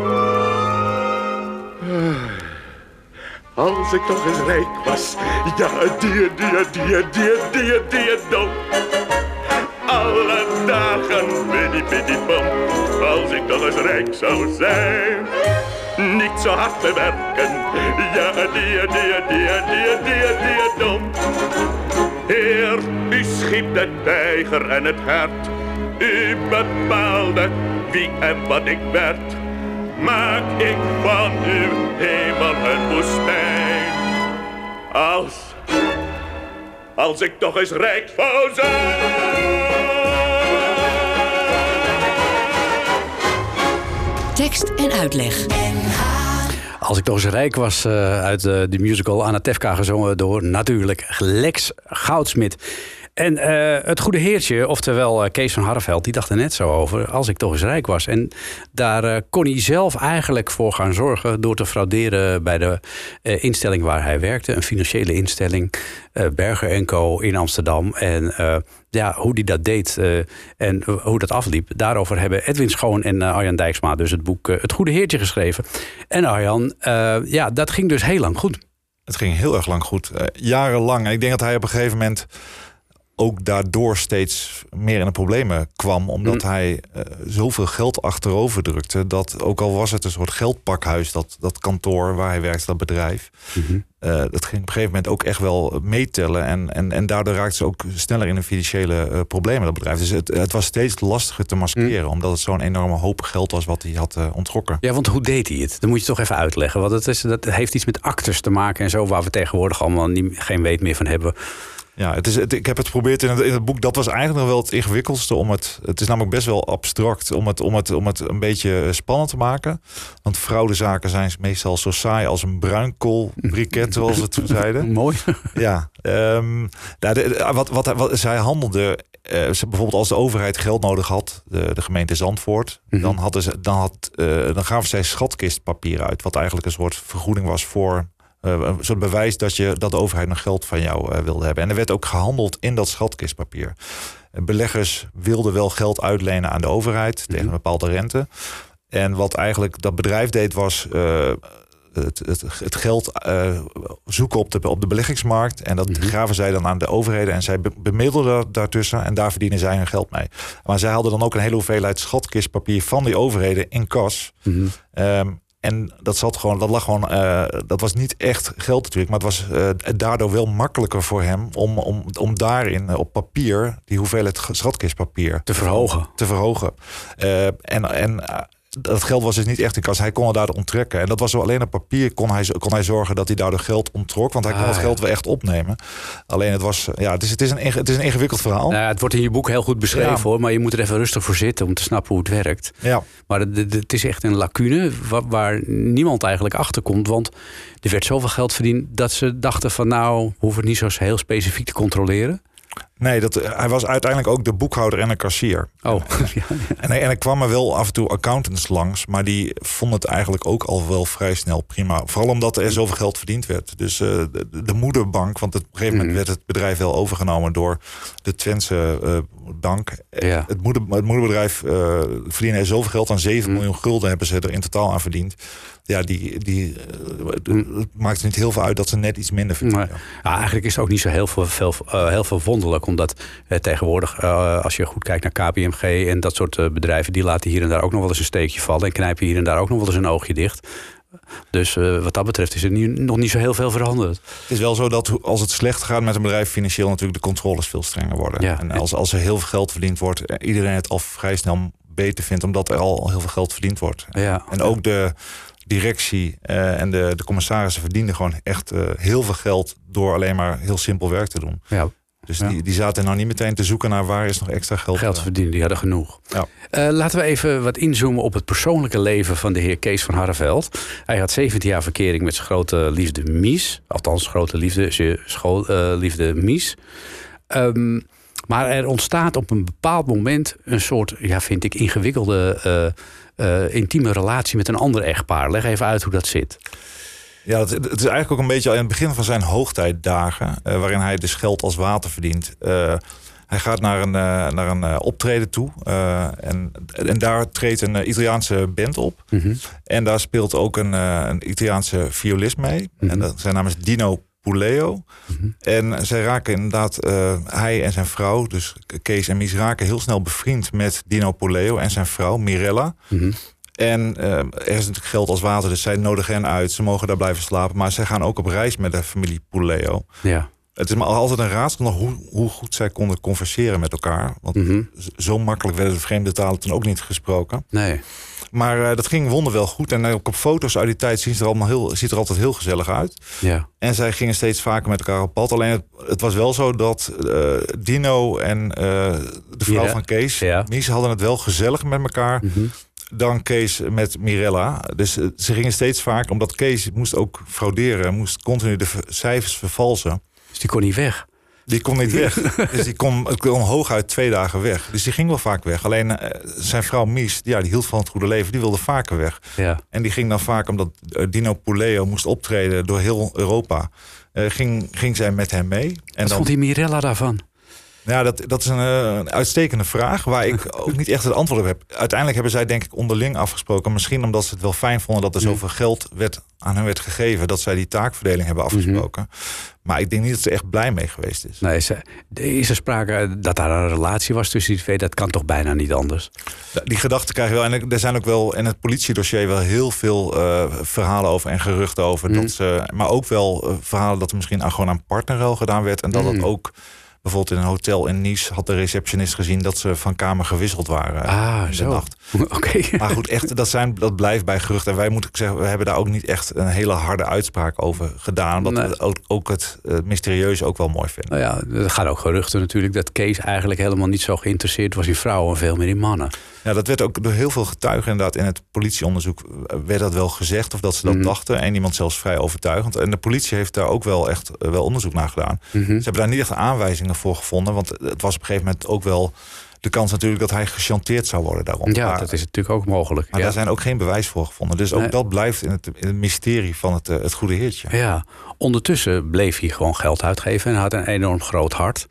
Als ik toch eens rijk was, ja, die, die, die, die, die, die, dom. Alle dagen biddy, biddy, bom. Als ik toch eens rijk zou zijn, niet zo hard te werken, ja, die, die, die, die, die, die, dom. Heer, u schiep de tijger en het hert. U bepaalde wie en wat ik werd. Maak ik van uw hemel een woestijn. Als, als ik toch eens rijk zou zijn. Tekst en uitleg. Als ik toch eens rijk was, uh, uit uh, de musical Anna Tefka, gezongen door natuurlijk Lex Goudsmit. En uh, het goede heertje, oftewel uh, Kees van Harreveld, die dacht er net zo over. Als ik toch eens rijk was. En daar uh, kon hij zelf eigenlijk voor gaan zorgen door te frauderen bij de uh, instelling waar hij werkte. Een financiële instelling, uh, Berger en Co. in Amsterdam. En uh, ja, hoe hij dat deed uh, en uh, hoe dat afliep, daarover hebben Edwin Schoon en uh, Arjan Dijksma dus het boek uh, Het Goede Heertje geschreven. En Arjan, uh, ja, dat ging dus heel lang goed. Het ging heel erg lang goed. Uh, jarenlang. En ik denk dat hij op een gegeven moment ook daardoor steeds meer in de problemen kwam. Omdat mm. hij uh, zoveel geld achterover drukte. Dat ook al was het een soort geldpakhuis, dat, dat kantoor waar hij werkte, dat bedrijf. Mm-hmm. Uh, dat ging op een gegeven moment ook echt wel meetellen. En, en, en daardoor raakte ze ook sneller in de financiële uh, problemen, dat bedrijf. Dus het, het was steeds lastiger te maskeren. Mm. Omdat het zo'n enorme hoop geld was wat hij had uh, ontrokken. Ja, want hoe deed hij het? Dat moet je toch even uitleggen. Want het, is, dat heeft iets met actes te maken en zo, waar we tegenwoordig allemaal niet, geen weet meer van hebben. Ja, het is, het, ik heb het geprobeerd in het, in het boek. Dat was eigenlijk nog wel het ingewikkeldste. Om het, het is namelijk best wel abstract om het, om, het, om het een beetje spannend te maken. Want fraudezaken zijn meestal zo saai als een bruinkoolbriket, zoals we het toen zeiden. Mooi. Ja. Um, nou, de, wat, wat, wat, zij handelde, uh, bijvoorbeeld als de overheid geld nodig had, de, de gemeente Zandvoort, mm-hmm. dan, hadden ze, dan, had, uh, dan gaven zij schatkistpapier uit. Wat eigenlijk een soort vergoeding was voor Uh, een soort bewijs dat, je, dat de overheid nog geld van jou uh, wilde hebben. En er werd ook gehandeld in dat schatkistpapier. Uh, beleggers wilden wel geld uitlenen aan de overheid mm-hmm. tegen een bepaalde rente. En wat eigenlijk dat bedrijf deed was uh, het, het, het geld uh, zoeken op de, op de beleggingsmarkt. En dat mm-hmm. gaven zij dan aan de overheden. En zij be- bemiddelden daartussen. En daar verdienen zij hun geld mee. Maar zij hadden dan ook een hele hoeveelheid schatkistpapier van die overheden in kas. Mm-hmm. Um, En dat zat gewoon, dat lag gewoon, uh, dat was niet echt geld natuurlijk, maar het was uh, daardoor wel makkelijker voor hem om, om, om daarin uh, op papier die hoeveelheid schatkistpapier te verhogen. Te verhogen. Uh, en en uh, dat geld was dus niet echt in kas. Hij kon het daardoor onttrekken. En dat was zo alleen op papier kon hij, kon hij zorgen dat hij daardoor geld onttrok. Want hij kon ah, het geld ja. wel echt opnemen. Alleen het was, ja, het is, het is, een, het is een ingewikkeld verhaal. Nou, het wordt in je boek heel goed beschreven ja. hoor. Maar je moet er even rustig voor zitten om te snappen hoe het werkt. Ja. Maar het, het is echt een lacune waar, waar niemand eigenlijk achter komt. Want er werd zoveel geld verdiend dat ze dachten van nou, we hoeven het niet zo heel specifiek te controleren. Nee, dat, hij was uiteindelijk ook de boekhouder en een kassier. Oh. Ja, ja. En, en er kwamen wel af en toe accountants langs, maar die vonden het eigenlijk ook al wel vrij snel prima. Vooral omdat er zoveel geld verdiend werd. Dus uh, de, de moederbank, want op een gegeven moment werd het bedrijf wel overgenomen door de Twentse uh, bank. Ja. Het, moeder, het moederbedrijf uh, verdiende er zoveel geld aan, zeven mm. miljoen gulden hebben ze er in totaal aan verdiend. Ja, die, die uh, het maakt niet heel veel uit dat ze net iets minder verdienen. Maar, ja, eigenlijk is het ook niet zo heel veel, veel, uh, heel veel wonderlijk. Omdat uh, tegenwoordig, uh, als je goed kijkt naar K P M G en dat soort uh, bedrijven, die laten hier en daar ook nog wel eens een steekje vallen en knijpen hier en daar ook nog wel eens een oogje dicht. Dus uh, wat dat betreft is er nu nog niet zo heel veel veranderd. Het is wel zo dat als het slecht gaat met een bedrijf financieel natuurlijk de controles veel strenger worden. Ja. En als, als er heel veel geld verdiend wordt, iedereen het al vrij snel beter vindt omdat er al heel veel geld verdiend wordt. Ja. En ook de directie uh, en de, de commissarissen verdienden gewoon echt uh, heel veel geld door alleen maar heel simpel werk te doen. Ja. Dus ja. die, die zaten nou niet meteen te zoeken naar waar is nog extra geld. Geld te verdienen, die hadden genoeg. Ja. Uh, laten we even wat inzoomen op het persoonlijke leven van de heer Kees van Harreveld. Hij had zeventien jaar verkering met zijn grote liefde Mies. Althans, grote liefde, zijn schoolliefde uh, Mies. Um, maar er ontstaat op een bepaald moment een soort, ja, vind ik, ingewikkelde uh, uh, intieme relatie met een ander echtpaar. Leg even uit hoe dat zit. Ja, het, het is eigenlijk ook een beetje al in het begin van zijn hoogtijdagen, uh, waarin hij dus geld als water verdient. Uh, hij gaat naar een, uh, naar een uh, optreden toe. Uh, en, en daar treedt een uh, Italiaanse band op. Mm-hmm. En daar speelt ook een, uh, een Italiaanse violist mee. Mm-hmm. En dat, zijn naam is Dino Puleo. Mm-hmm. En zij raken inderdaad, uh, hij en zijn vrouw, dus Kees en Mies, raken heel snel bevriend met Dino Puleo en zijn vrouw Mirella. Mm-hmm. En uh, er is natuurlijk geld als water, dus zij nodigen hen uit. Ze mogen daar blijven slapen, maar zij gaan ook op reis met de familie Puleo. Ja. Het is maar altijd een raadsel nog hoe, hoe goed zij konden converseren met elkaar. Want mm-hmm. zo makkelijk werden de vreemde talen toen ook niet gesproken. Nee. Maar uh, dat ging wonderwel goed. En ook op foto's uit die tijd ziet er, allemaal heel, ziet er altijd heel gezellig uit. Ja. En zij gingen steeds vaker met elkaar op pad. Alleen het, het was wel zo dat uh, Dino en uh, de vrouw ja. van Kees, ja. Mies, hadden het wel gezellig met elkaar. Mm-hmm. Dan Kees met Mirella. Dus uh, ze gingen steeds vaker, omdat Kees moest ook frauderen, moest continu de v- cijfers vervalsen. Dus die kon niet weg. Die kon niet weg. Dus die kon, kon hooguit twee dagen weg. Dus die ging wel vaak weg. Alleen uh, zijn vrouw Mies, ja, die hield van het goede leven, die wilde vaker weg. Ja. En die ging dan vaak, omdat uh, Dino Puleo moest optreden door heel Europa, uh, ging, ging zij met hem mee. En Wat dan, vond die Mirella daarvan? Ja, dat, dat is een, uh, een uitstekende vraag waar ik ook niet echt het antwoord op heb. Uiteindelijk hebben zij denk ik onderling afgesproken. Misschien omdat ze het wel fijn vonden dat er zoveel geld werd, aan hen werd gegeven. Dat zij die taakverdeling hebben afgesproken. Mm-hmm. Maar ik denk niet dat ze echt blij mee geweest is. Nee, ze, is er sprake dat daar een relatie was tussen die twee? Dat kan toch bijna niet anders? Die gedachten krijg je wel. En er zijn ook wel in het politiedossier wel heel veel uh, verhalen over en geruchten over. Mm. Dat ze, maar ook wel uh, verhalen dat er misschien gewoon aan partnerruil gedaan werd. En dat mm. het ook... Bijvoorbeeld in een hotel in Nice had de receptionist gezien dat ze van kamer gewisseld waren. Ah, in de zo. nacht. Okay. Maar goed, echt, dat, zijn, dat blijft bij geruchten. En wij moeten zeggen, we hebben daar ook niet echt een hele harde uitspraak over gedaan. Omdat nee. we ook, ook het uh, mysterieuze ook wel mooi vinden. Nou ja, er gaan ook geruchten natuurlijk dat Kees eigenlijk helemaal niet zo geïnteresseerd was in vrouwen en veel meer in mannen. Ja, dat werd ook door heel veel getuigen inderdaad in het politieonderzoek werd dat wel gezegd of dat ze dat mm. dachten. En iemand zelfs vrij overtuigend. En de politie heeft daar ook wel echt uh, wel onderzoek naar gedaan. Mm-hmm. Ze hebben daar niet echt aanwijzingen voor gevonden. Want het was op een gegeven moment ook wel de kans natuurlijk dat hij gechanteerd zou worden daarom. Ja, maar, dat is natuurlijk ook mogelijk. Maar ja. daar zijn ook geen bewijs voor gevonden. Dus ook nee. dat blijft in het, in het mysterie van het, uh, het goede heertje. Ja, ondertussen bleef hij gewoon geld uitgeven en had een enorm groot hart.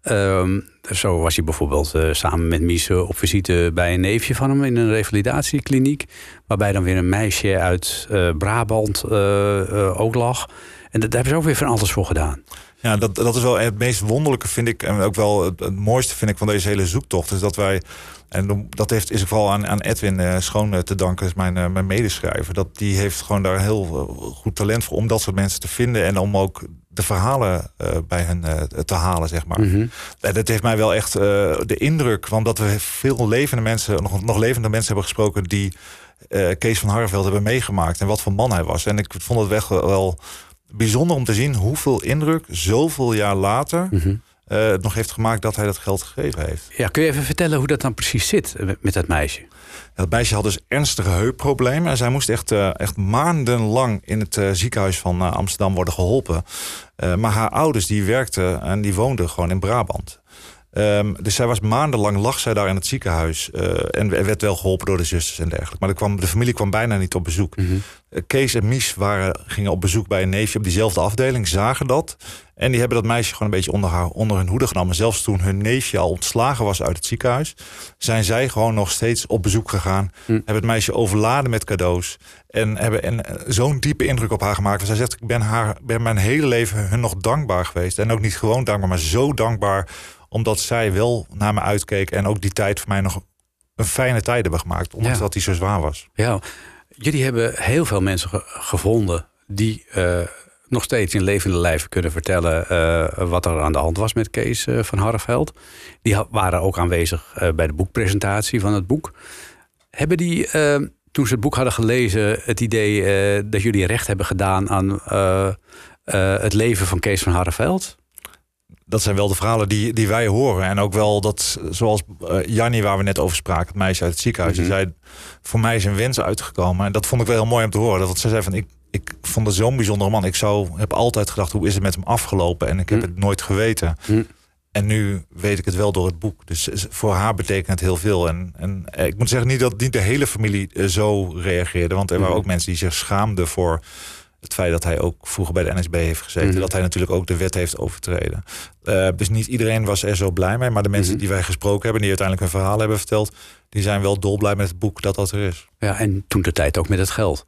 Um, zo was hij bijvoorbeeld uh, samen met Mies op visite bij een neefje van hem in een revalidatiekliniek. Waarbij dan weer een meisje uit uh, Brabant uh, uh, ook lag. En daar hebben ze ook weer van alles voor gedaan. Ja, dat, dat is wel het meest wonderlijke, vind ik. En ook wel het, het mooiste, vind ik, van deze hele zoektocht. Is dat wij, en dat heeft, is ook vooral aan, aan Edwin uh, Schoon te danken, is mijn, uh, mijn medeschrijver. Dat die heeft gewoon daar heel uh, goed talent voor om dat soort mensen te vinden. En om ook de verhalen uh, bij hen uh, te halen, zeg maar. Mm-hmm. En dat heeft mij wel echt uh, de indruk, want dat we veel levende mensen, nog, nog levende mensen hebben gesproken die uh, Kees van Harreveld hebben meegemaakt. En wat voor man hij was. En ik vond het echt wel bijzonder om te zien hoeveel indruk zoveel jaar later mm-hmm. uh, het nog heeft gemaakt dat hij dat geld gegeven heeft. Ja, kun je even vertellen hoe dat dan precies zit met, met dat meisje? Dat meisje had dus ernstige heupproblemen. En zij moest echt, uh, echt maandenlang in het uh, ziekenhuis van uh, Amsterdam worden geholpen. Uh, maar haar ouders die werkten en die woonden gewoon in Brabant. Um, dus zij was maandenlang, lag zij daar in het ziekenhuis. Uh, en werd wel geholpen door de zusters en dergelijke. Maar er kwam, de familie kwam bijna niet op bezoek. Mm-hmm. Uh, Kees en Mies waren, gingen op bezoek bij een neefje op diezelfde afdeling. Zagen dat. En die hebben dat meisje gewoon een beetje onder, haar, onder hun hoede genomen. Zelfs toen hun neefje al ontslagen was uit het ziekenhuis, zijn zij gewoon nog steeds op bezoek gegaan. Mm. Hebben het meisje overladen met cadeaus. En hebben en, uh, zo'n diepe indruk op haar gemaakt. Zij zegt, ik ben, haar, ben mijn hele leven hun nog dankbaar geweest. En ook niet gewoon dankbaar, maar zo dankbaar omdat zij wel naar me uitkeek en ook die tijd voor mij nog een fijne tijd hebben gemaakt. Ondanks ja. dat die zo zwaar was. Ja, jullie hebben heel veel mensen ge- gevonden die uh, nog steeds in levende lijven kunnen vertellen uh, wat er aan de hand was met Kees uh, van Harreveld. Die ha- waren ook aanwezig uh, bij de boekpresentatie van het boek. Hebben die, uh, toen ze het boek hadden gelezen, het idee uh, dat jullie recht hebben gedaan aan uh, uh, het leven van Kees van Harreveld? Dat zijn wel de verhalen die, die wij horen. En ook wel dat, zoals uh, Jannie, waar we net over spraken, het meisje uit het ziekenhuis. Mm-hmm. Die zei, voor mij is een wens uitgekomen. En dat vond ik wel heel mooi om te horen. Dat ze zei van, ik, ik vond het zo'n bijzondere man. Ik zou, heb altijd gedacht, hoe is het met hem afgelopen? En ik heb mm. het nooit geweten. Mm. En nu weet ik het wel door het boek. Dus voor haar betekent het heel veel. En, en ik moet zeggen, niet dat niet de hele familie uh, zo reageerde. Want er mm. waren ook mensen die zich schaamden voor het feit dat hij ook vroeger bij de N S B heeft gezeten. Mm-hmm. Dat hij natuurlijk ook de wet heeft overtreden. Uh, dus niet iedereen was er zo blij mee. Maar de mensen mm-hmm. die wij gesproken hebben, die uiteindelijk hun verhaal hebben verteld, die zijn wel dolblij met het boek dat dat er is. Ja, en toen de tijd ook met het geld.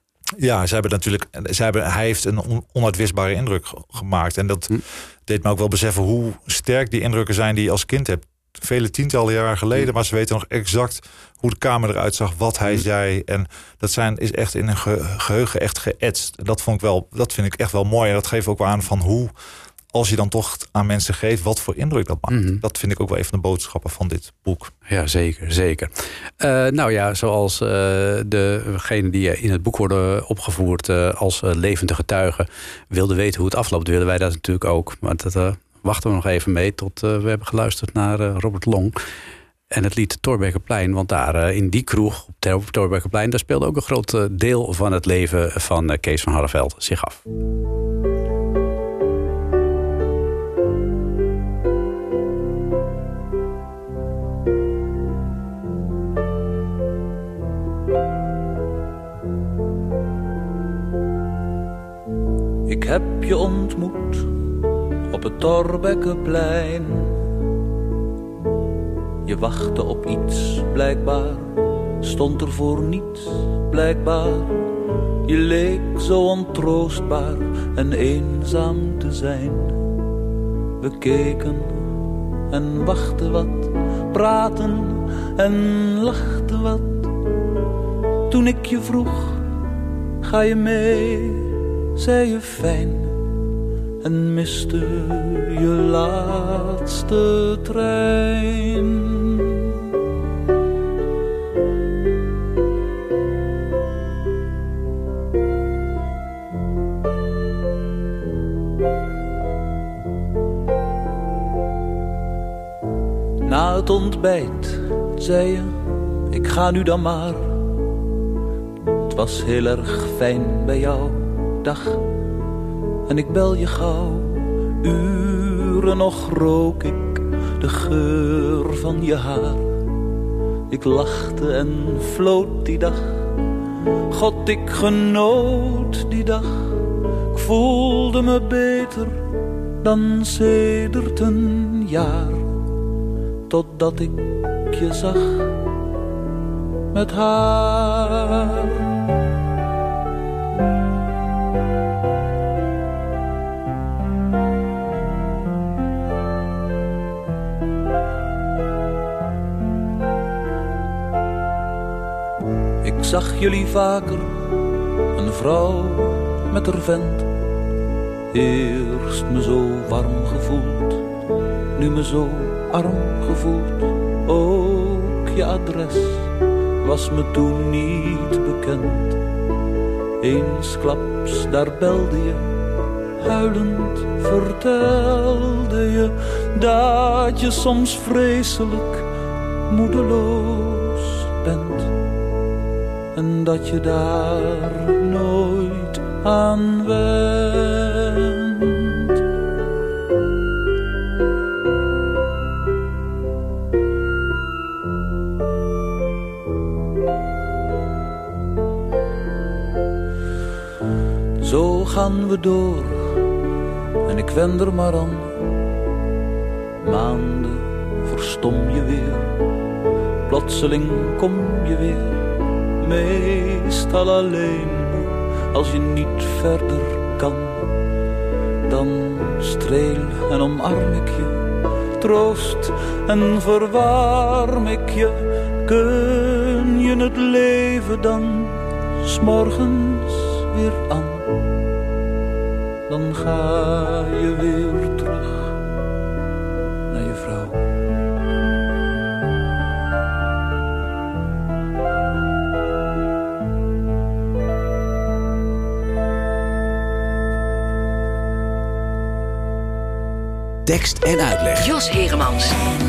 Ja, ze hebben natuurlijk, ze hebben, hij heeft een on, onuitwisbare indruk gemaakt. En dat mm. deed me ook wel beseffen hoe sterk die indrukken zijn die je als kind hebt. Vele tientallen jaren geleden, mm. maar ze weten nog exact hoe de kamer eruit zag, wat hij mm. zei. En dat zijn, is echt in een ge, geheugen echt geëtst. En dat vond ik wel, dat vind ik echt wel mooi. En dat geeft ook wel aan van hoe, als je dan toch aan mensen geeft, wat voor indruk dat maakt. Mm-hmm. Dat vind ik ook wel even de boodschappen van dit boek. Ja, zeker, zeker. Uh, nou ja, zoals uh, degenen die in het boek worden opgevoerd uh, als uh, levende getuigen wilden weten hoe het afloopt, willen wij dat natuurlijk ook. Maar dat uh, wachten we nog even mee tot uh, we hebben geluisterd naar uh, Robert Long en het lied Thorbeckerplein. Want daar uh, in die kroeg op Thorbeckerplein, daar speelde ook een groot uh, deel van het leven van uh, Kees van Harreveld zich af. Ik heb je ontmoet op het Thorbeckerplein. Je wachtte op iets, blijkbaar. Stond er voor niets, blijkbaar. Je leek zo ontroostbaar en eenzaam te zijn. We keken en wachten wat, praten en lachten wat. Toen ik je vroeg, ga je mee, zei je fijn. En miste je laatste trein. Na het ontbijt zei je, ik ga nu dan maar. Het was heel erg fijn bij jou, dag. En ik bel je gauw, uren nog rook ik de geur van je haar. Ik lachte en floot die dag, God ik genoot die dag. Ik voelde me beter dan sedert een jaar. Totdat ik je zag met haar. Ik zag jullie vaker, een vrouw met haar vent. Eerst me zo warm gevoeld, nu me zo arm gevoeld. Ook je adres was me toen niet bekend. Eensklaps daar belde je, huilend vertelde je dat je soms vreselijk moedeloos bent. En dat je daar nooit aan went. Zo gaan we door en ik wen er maar aan. Maanden verstom je weer, plotseling kom je weer. Meestal alleen, als je niet verder kan. Dan streel en omarm ik je, troost en verwarm ik je. Kun je het leven dan 's morgens weer aan? Dan ga je weer terug naar je vrouw. Tekst en uitleg. Jos Heremans.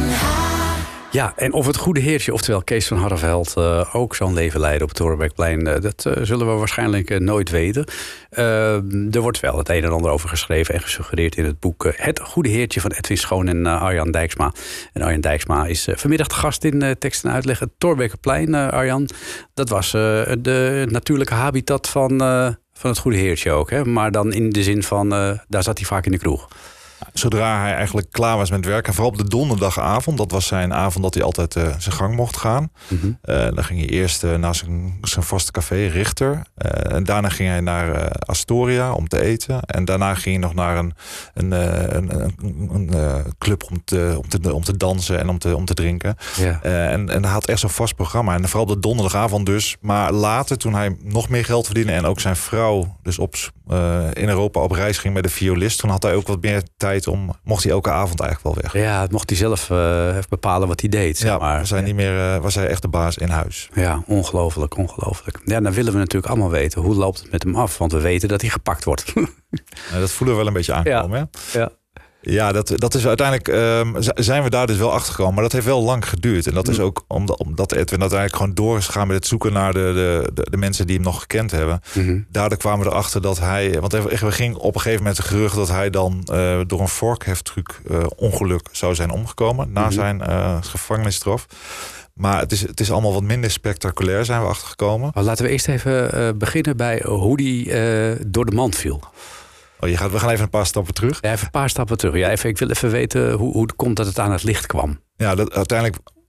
Ja, en of het goede heertje, oftewel Kees van Harreveld, uh, ook zo'n leven leiden op het Torenbergplein, uh, dat uh, zullen we waarschijnlijk uh, nooit weten. Uh, er wordt wel het een en ander over geschreven en gesuggereerd in het boek uh, Het Goede Heertje van Edwin Schoon en uh, Arjan Dijksma. En Arjan Dijksma is uh, vanmiddag de gast in uh, Tekst en Uitleg. Het Torenbergplein, uh, Arjan, dat was uh, de natuurlijke habitat van, uh, van het Goede Heertje ook. Hè? Maar dan in de zin van, uh, daar zat hij vaak in de kroeg. Zodra hij eigenlijk klaar was met werken, en vooral op de donderdagavond, dat was zijn avond dat hij altijd uh, zijn gang mocht gaan. Mm-hmm. Uh, dan ging hij eerst uh, naar zijn, zijn vaste café, Richter. Uh, en daarna ging hij naar uh, Astoria om te eten. En daarna ging hij nog naar een, een, uh, een, een, een uh, club om te, om, te, om te dansen en om te, om te drinken. Ja. Uh, en, en hij had echt zo'n vast programma. En vooral op de donderdagavond dus. Maar later, toen hij nog meer geld verdiende en ook zijn vrouw dus op, uh, in Europa op reis ging met de violist, toen had hij ook wat meer tijd om, mocht hij elke avond eigenlijk wel weg. Ja, mocht hij zelf uh, bepalen wat hij deed. Zeg ja, maar. was hij, niet meer, uh, was hij echt de baas in huis. Ja, ongelooflijk, ongelooflijk. Ja, dan willen we natuurlijk allemaal weten, hoe loopt het met hem af? Want we weten dat hij gepakt wordt. Ja, dat voelen we wel een beetje aankomen. Ja, hè? ja. Ja, dat, dat is uiteindelijk um, zijn we daar dus wel achter gekomen. Maar dat heeft wel lang geduurd. En dat is ook omdat, omdat Edwin uiteindelijk gewoon door is gegaan met het zoeken naar de, de, de, de mensen die hem nog gekend hebben. Mm-hmm. Daardoor kwamen we erachter dat hij. Want er ging op een gegeven moment het gerucht dat hij dan uh, door een vorkheftruc uh, ongeluk zou zijn omgekomen. Na mm-hmm. zijn uh, gevangenisstraf. Maar het is, het is allemaal wat minder spectaculair, zijn we achtergekomen. Maar laten we eerst even uh, beginnen bij hoe die uh, door de mand viel. Oh, je gaat, we gaan even een paar stappen terug. Ja, even een paar stappen terug. Ja, even, ik wil even weten hoe, hoe het komt dat het aan het licht kwam. Ja, dat, uiteindelijk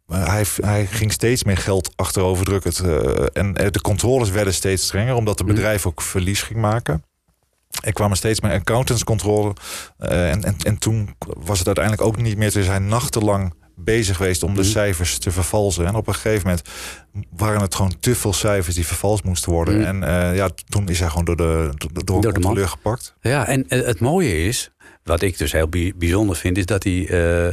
hij, hij ging steeds meer geld achterover drukken. Uh, en de controles werden steeds strenger, omdat het bedrijf ook verlies ging maken. Er kwamen steeds meer accountantscontrole. Uh, en, en, en toen was het uiteindelijk ook niet meer. Toen is hij nachtenlang bezig geweest om de mm. cijfers te vervalsen. En op een gegeven moment waren het gewoon te veel cijfers die vervalst moesten worden. Mm. En uh, ja, toen is hij gewoon door de, door, door een controleur gepakt. Ja, en het mooie is, wat ik dus heel bijzonder vind, is dat hij, uh,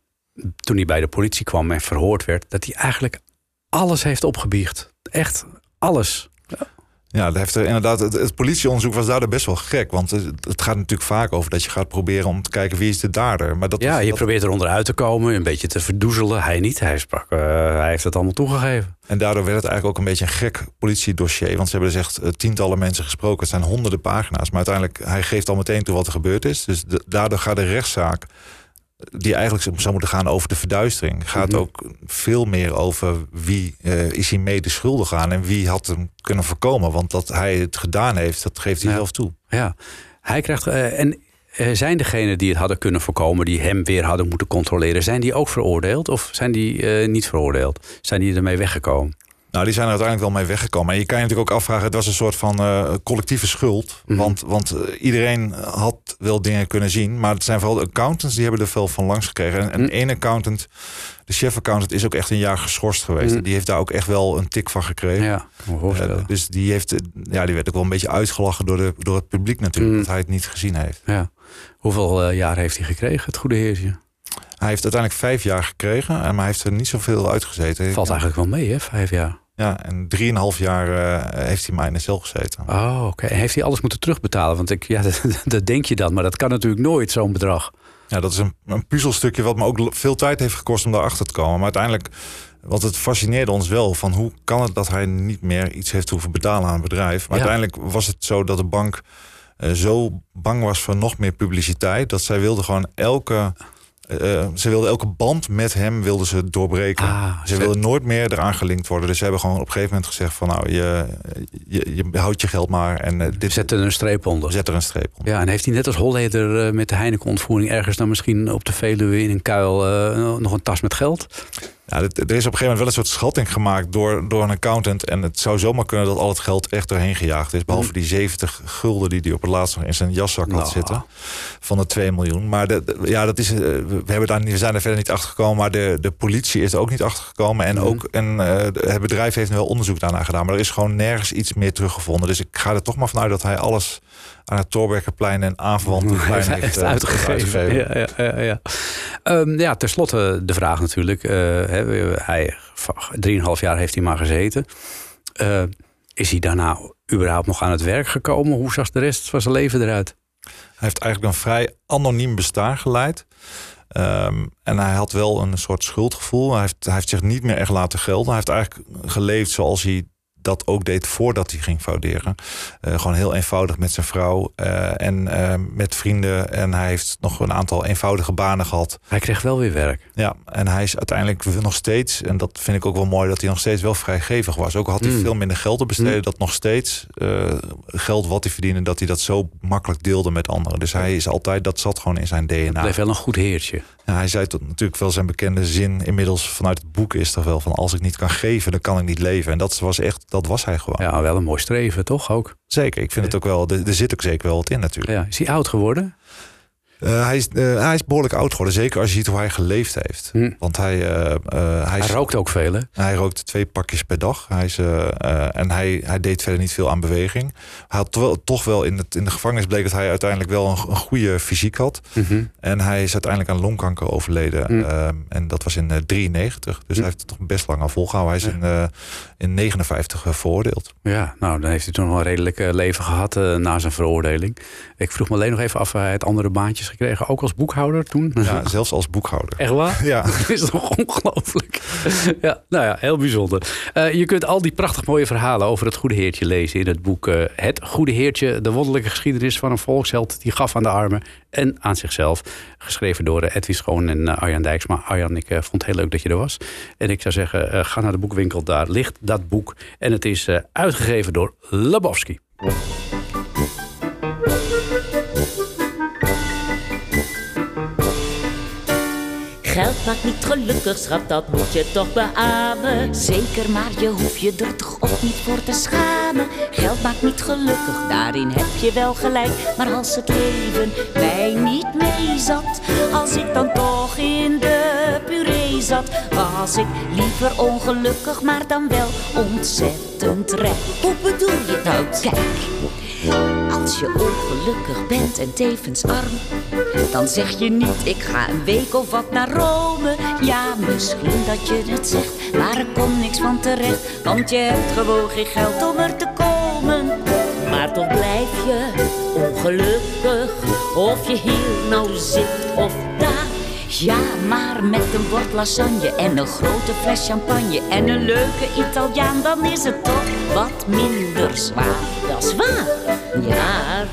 toen hij bij de politie kwam en verhoord werd, dat hij eigenlijk alles heeft opgebiecht. Echt alles. Ja. Ja, dat heeft er inderdaad, het, het politieonderzoek was daardoor best wel gek. Want het, het gaat natuurlijk vaak over dat je gaat proberen om te kijken wie is de dader. Maar dat ja, was, je dat... probeert er onderuit te komen, een beetje te verdoezelen. Hij niet, hij sprak, uh, hij heeft het allemaal toegegeven. En daardoor werd het eigenlijk ook een beetje een gek politiedossier. Want ze hebben dus echt uh, tientallen mensen gesproken. Het zijn honderden pagina's. Maar uiteindelijk, hij geeft al meteen toe wat er gebeurd is. Dus de, daardoor gaat de rechtszaak, die eigenlijk zou moeten gaan over de verduistering, gaat mm-hmm. ook veel meer over wie uh, is hij mede schuldig aan en wie had hem kunnen voorkomen. Want dat hij het gedaan heeft, dat geeft hij ja. zelf toe. Ja, hij krijgt. Uh, en uh, zijn degenen die het hadden kunnen voorkomen, die hem weer hadden moeten controleren, zijn die ook veroordeeld of zijn die uh, niet veroordeeld? Zijn die ermee weggekomen? Nou, die zijn er uiteindelijk wel mee weggekomen. En je kan je natuurlijk ook afvragen, het was een soort van uh, collectieve schuld. Mm-hmm. Want, want uh, iedereen had wel dingen kunnen zien. Maar het zijn vooral de accountants, die hebben er veel van langs gekregen. En, en mm. één accountant, de chef-accountant, is ook echt een jaar geschorst geweest. Mm. En die heeft daar ook echt wel een tik van gekregen. Ja, kan me voorstellen. Uh, dus die, heeft, ja, die werd ook wel een beetje uitgelachen door, de, door het publiek natuurlijk. Mm. Dat hij het niet gezien heeft. Ja. Hoeveel uh, jaar heeft hij gekregen, het goede heertje? Hij heeft uiteindelijk vijf jaar gekregen. Maar hij heeft er niet zoveel uitgezeten. Valt eigenlijk wel mee, hè, vijf jaar. Ja, en drieënhalf jaar uh, heeft hij maar in de cel gezeten. Oh, oké. Okay. En heeft hij alles moeten terugbetalen? Want ik, ja, dat, dat denk je dan, maar dat kan natuurlijk nooit, zo'n bedrag. Ja, dat is een, een puzzelstukje wat me ook veel tijd heeft gekost om daarachter te komen. Maar uiteindelijk, want het fascineerde ons wel van hoe kan het dat hij niet meer iets heeft hoeven betalen aan het bedrijf. Maar ja. uiteindelijk was het zo dat de bank uh, zo bang was voor nog meer publiciteit, dat zij wilde gewoon elke... Uh, ze wilden elke band met hem wilden ze doorbreken. Ah, ze wilden nooit meer eraan gelinkt worden. Dus ze hebben gewoon op een gegeven moment gezegd van nou, je, je, je houdt je geld maar. En, uh, dit, zet er een streep onder. Zet er een streep onder. Ja, en heeft hij net als Holleder uh, met de Heineken-ontvoering ergens dan misschien op de Veluwe in een kuil uh, nog een tas met geld? Ja, er is op een gegeven moment wel een soort schatting gemaakt door, door een accountant. En het zou zomaar kunnen dat al het geld echt doorheen gejaagd is. Behalve die zeventig gulden die hij op het laatst nog in zijn jaszak had nou. zitten. Van de twee miljoen. Maar de, de, ja, dat is, we, hebben daar, we zijn er verder niet achter gekomen. Maar de, de politie is er ook niet achter gekomen. En, mm. ook, en uh, het bedrijf heeft nu wel onderzoek daarna gedaan. Maar er is gewoon nergens iets meer teruggevonden. Dus ik ga er toch maar vanuit dat hij alles aan het Thorbeckerplein en aanverwante plein heeft, heeft, uh, uitgegeven. Heeft uitgegeven. Ja, ja, ja, ja. Um, ja, tenslotte de vraag natuurlijk. Uh, he, hij, drieënhalf jaar heeft hij maar gezeten. Uh, is hij daarna überhaupt nog aan het werk gekomen? Hoe zag de rest van zijn leven eruit? Hij heeft eigenlijk een vrij anoniem bestaan geleid. Um, en hij had wel een soort schuldgevoel. Hij heeft, hij heeft zich niet meer echt laten gelden. Hij heeft eigenlijk geleefd zoals hij dat ook deed voordat hij ging frauderen. Uh, gewoon heel eenvoudig met zijn vrouw uh, en uh, met vrienden. En hij heeft nog een aantal eenvoudige banen gehad. Hij kreeg wel weer werk. Ja, en hij is uiteindelijk nog steeds, en dat vind ik ook wel mooi, dat hij nog steeds wel vrijgevig was. Ook al had hij mm. veel minder geld te besteden, mm. dat nog steeds uh, geld wat hij verdiende, dat hij dat zo makkelijk deelde met anderen. Dus hij is altijd, dat zat gewoon in zijn D N A. Het bleef wel een goed heertje. Ja, hij zei tot natuurlijk wel zijn bekende zin inmiddels vanuit het boek is toch wel van als ik niet kan geven, dan kan ik niet leven. En dat was echt, dat was hij gewoon. Ja, wel een mooi streven, toch ook? Zeker, ik vind ja. het ook wel, er, er zit ook zeker wel wat in natuurlijk. Ja. Is hij oud geworden? Uh, hij, is, uh, hij is behoorlijk oud geworden. Zeker als je ziet hoe hij geleefd heeft. Hm. Want hij... Uh, uh, hij, hij is, rookt ook veel, hè? Hij rookte twee pakjes per dag. Hij is, uh, uh, en hij, hij deed verder niet veel aan beweging. Hij had toch, toch wel in, het, in de gevangenis bleek dat hij uiteindelijk wel een, een goede fysiek had. Mm-hmm. En hij is uiteindelijk aan longkanker overleden. Hm. Uh, en dat was in uh, drieënnegentig. Dus hm. hij heeft het toch best lang al volgehouden. Hij is ja. in, uh, in negenenvijftig uh, veroordeeld. Ja, nou dan heeft hij toen nog een redelijk uh, leven gehad uh, na zijn veroordeling. Ik vroeg me alleen nog even af, hij had andere baantjes gekregen. Ook als boekhouder toen? Ja, zelfs als boekhouder. Echt waar? Ja. Dat is toch ongelooflijk. Ja, nou ja, heel bijzonder. Uh, je kunt al die prachtig mooie verhalen over het Goede Heertje lezen in het boek uh, Het Goede Heertje, de wonderlijke geschiedenis van een volksheld die gaf aan de armen en aan zichzelf. Geschreven door uh, Edwin Schoon en uh, Arjan Dijksma. Arjan, ik uh, vond het heel leuk dat je er was. En ik zou zeggen, uh, ga naar de boekwinkel, daar ligt dat boek. En het is uh, uitgegeven door Lebowski. Geld maakt niet gelukkig, schat, dat moet je toch beamen. Zeker, maar je hoeft je er toch ook niet voor te schamen. Geld maakt niet gelukkig, daarin heb je wel gelijk. Maar als het leven mij niet meezat, als ik dan toch in de puree zat, was ik liever ongelukkig, maar dan wel ontzettend rijk. Hoe bedoel je dat? Nou, kijk, als je ongelukkig bent en tevens arm, dan zeg je niet, ik ga een week of wat naar Rome. Ja, misschien dat je het zegt, maar er komt niks van terecht, want je hebt gewoon geen geld om er te komen. Maar toch blijf je ongelukkig, of je hier nou zit of daar. Ja, maar met een bord lasagne en een grote fles champagne en een leuke Italiaan, dan is het toch wat minder zwaar. Dat is waar. Ja,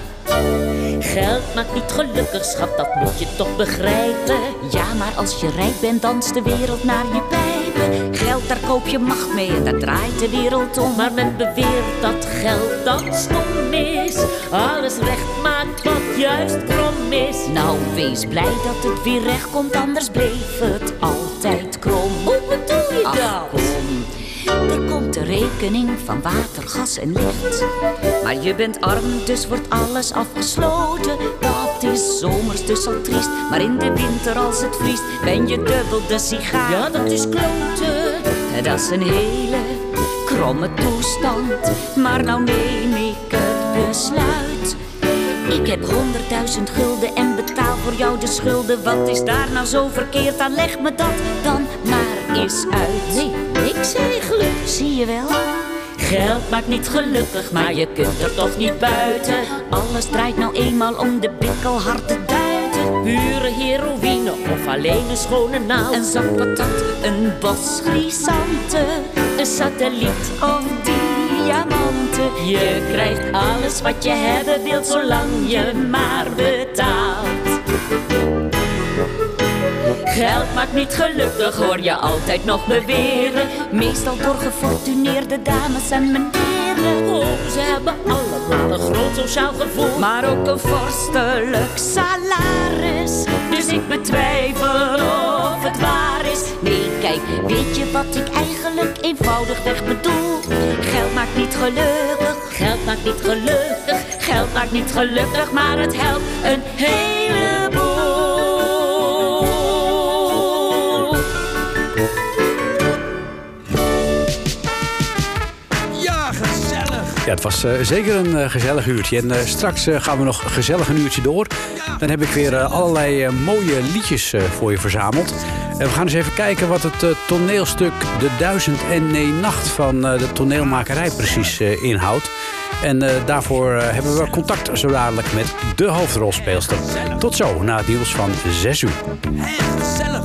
geld maakt niet gelukkig, schat, dat moet je toch begrijpen. Ja, maar als je rijk bent, danst de wereld naar je pijpen. Geld, daar koop je macht mee en daar draait de wereld om. Maar men beweert dat geld dat stom is, alles recht maakt wat juist krom is. Nou, wees blij dat het weer recht komt, anders bleef het altijd krom. Hoe bedoel je Ach, dat? Kom. Er komt de rekening van water, gas en licht. Maar je bent arm, dus wordt alles afgesloten. Dat is zomers dus al triest, maar in de winter als het vriest, ben je dubbel de sigaar. Ja, dat is kloten. Dat is een hele kromme toestand, maar nou neem ik het besluit. Ik heb honderdduizend gulden en betaal voor jou de schulden. Wat is daar nou zo verkeerd aan? Leg me dat dan maar eens uit. Nee, niks eigenlijk. Zie je wel? Geld maakt niet gelukkig, maar je kunt er toch niet buiten. Alles draait nou eenmaal om de bikkelharde duiten. Pure heroïne of alleen een schone naald. Een zak patat, een bos chrysanten, een satelliet of diamanten. Je krijgt alles wat je hebben wilt, zolang je maar betaalt. Geld maakt niet gelukkig, hoor je altijd nog beweren. Meestal door gefortuneerde dames en meneren. Oh, ze hebben allemaal een groot sociaal gevoel, maar ook een vorstelijk salaris. Dus ik betwijfel of het waar is. Nee, kijk, weet je wat ik eigenlijk eenvoudigweg bedoel? Geld maakt niet gelukkig. Geld maakt niet gelukkig. Geld maakt niet gelukkig, maar het helpt een heleboel. Ja, het was uh, zeker een uh, gezellig uurtje. En uh, straks uh, gaan we nog gezellig een uurtje door. Dan heb ik weer uh, allerlei uh, mooie liedjes uh, voor je verzameld. Uh, we gaan eens even kijken wat het uh, toneelstuk De Duizend en Een Nacht van uh, de toneelmakerij precies uh, inhoudt. En uh, daarvoor uh, hebben we contact zo dadelijk met de hoofdrolspeelster. Tot zo, na het nieuws van zes uur. Hey, gezellig.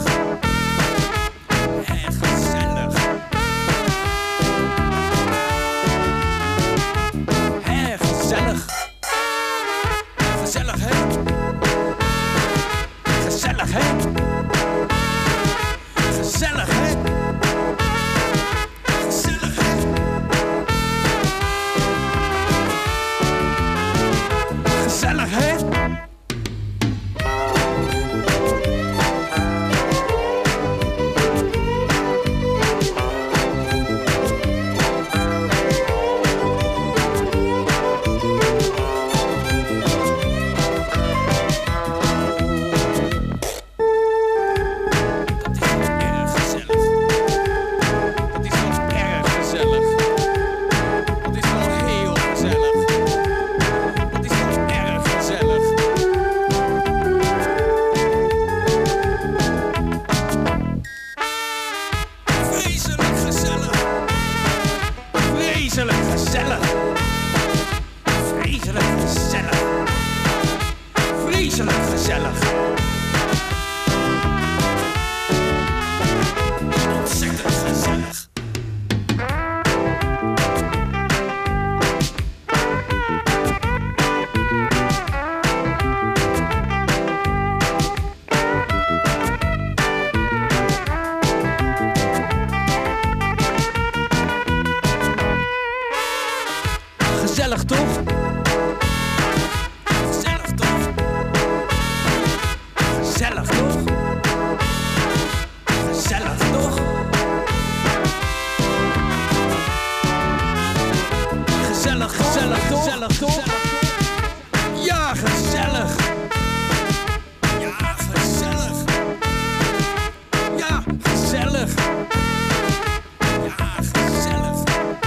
toch? Gezellig, toch? Ja, gezellig. Ja, gezellig. Ja, gezellig. Ja, gezellig.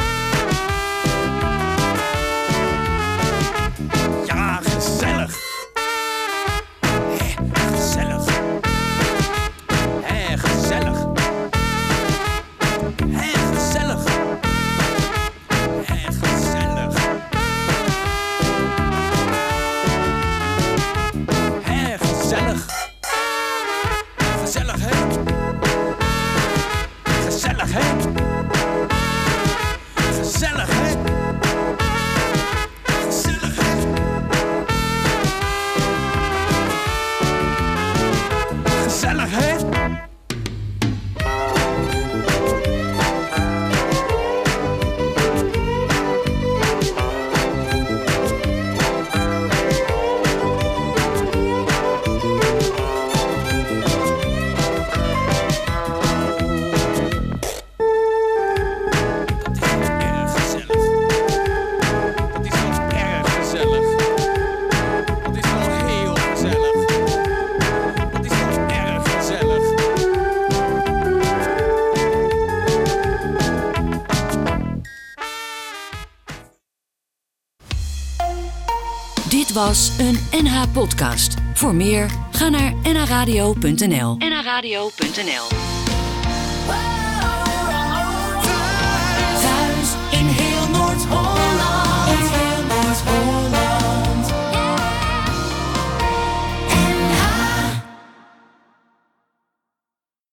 Ja, gezellig. Hé, gezellig. Hé, gezellig. Hé, gezellig. Hé, gezellig. Hé, gezellig. Gezellig, hè? Gezellig, hè? Gezellig, hè? Gezellig, hè? Gezellig, hè? Dit was een N H-podcast. Voor meer, ga naar n h radio punt n l. n h radio punt n l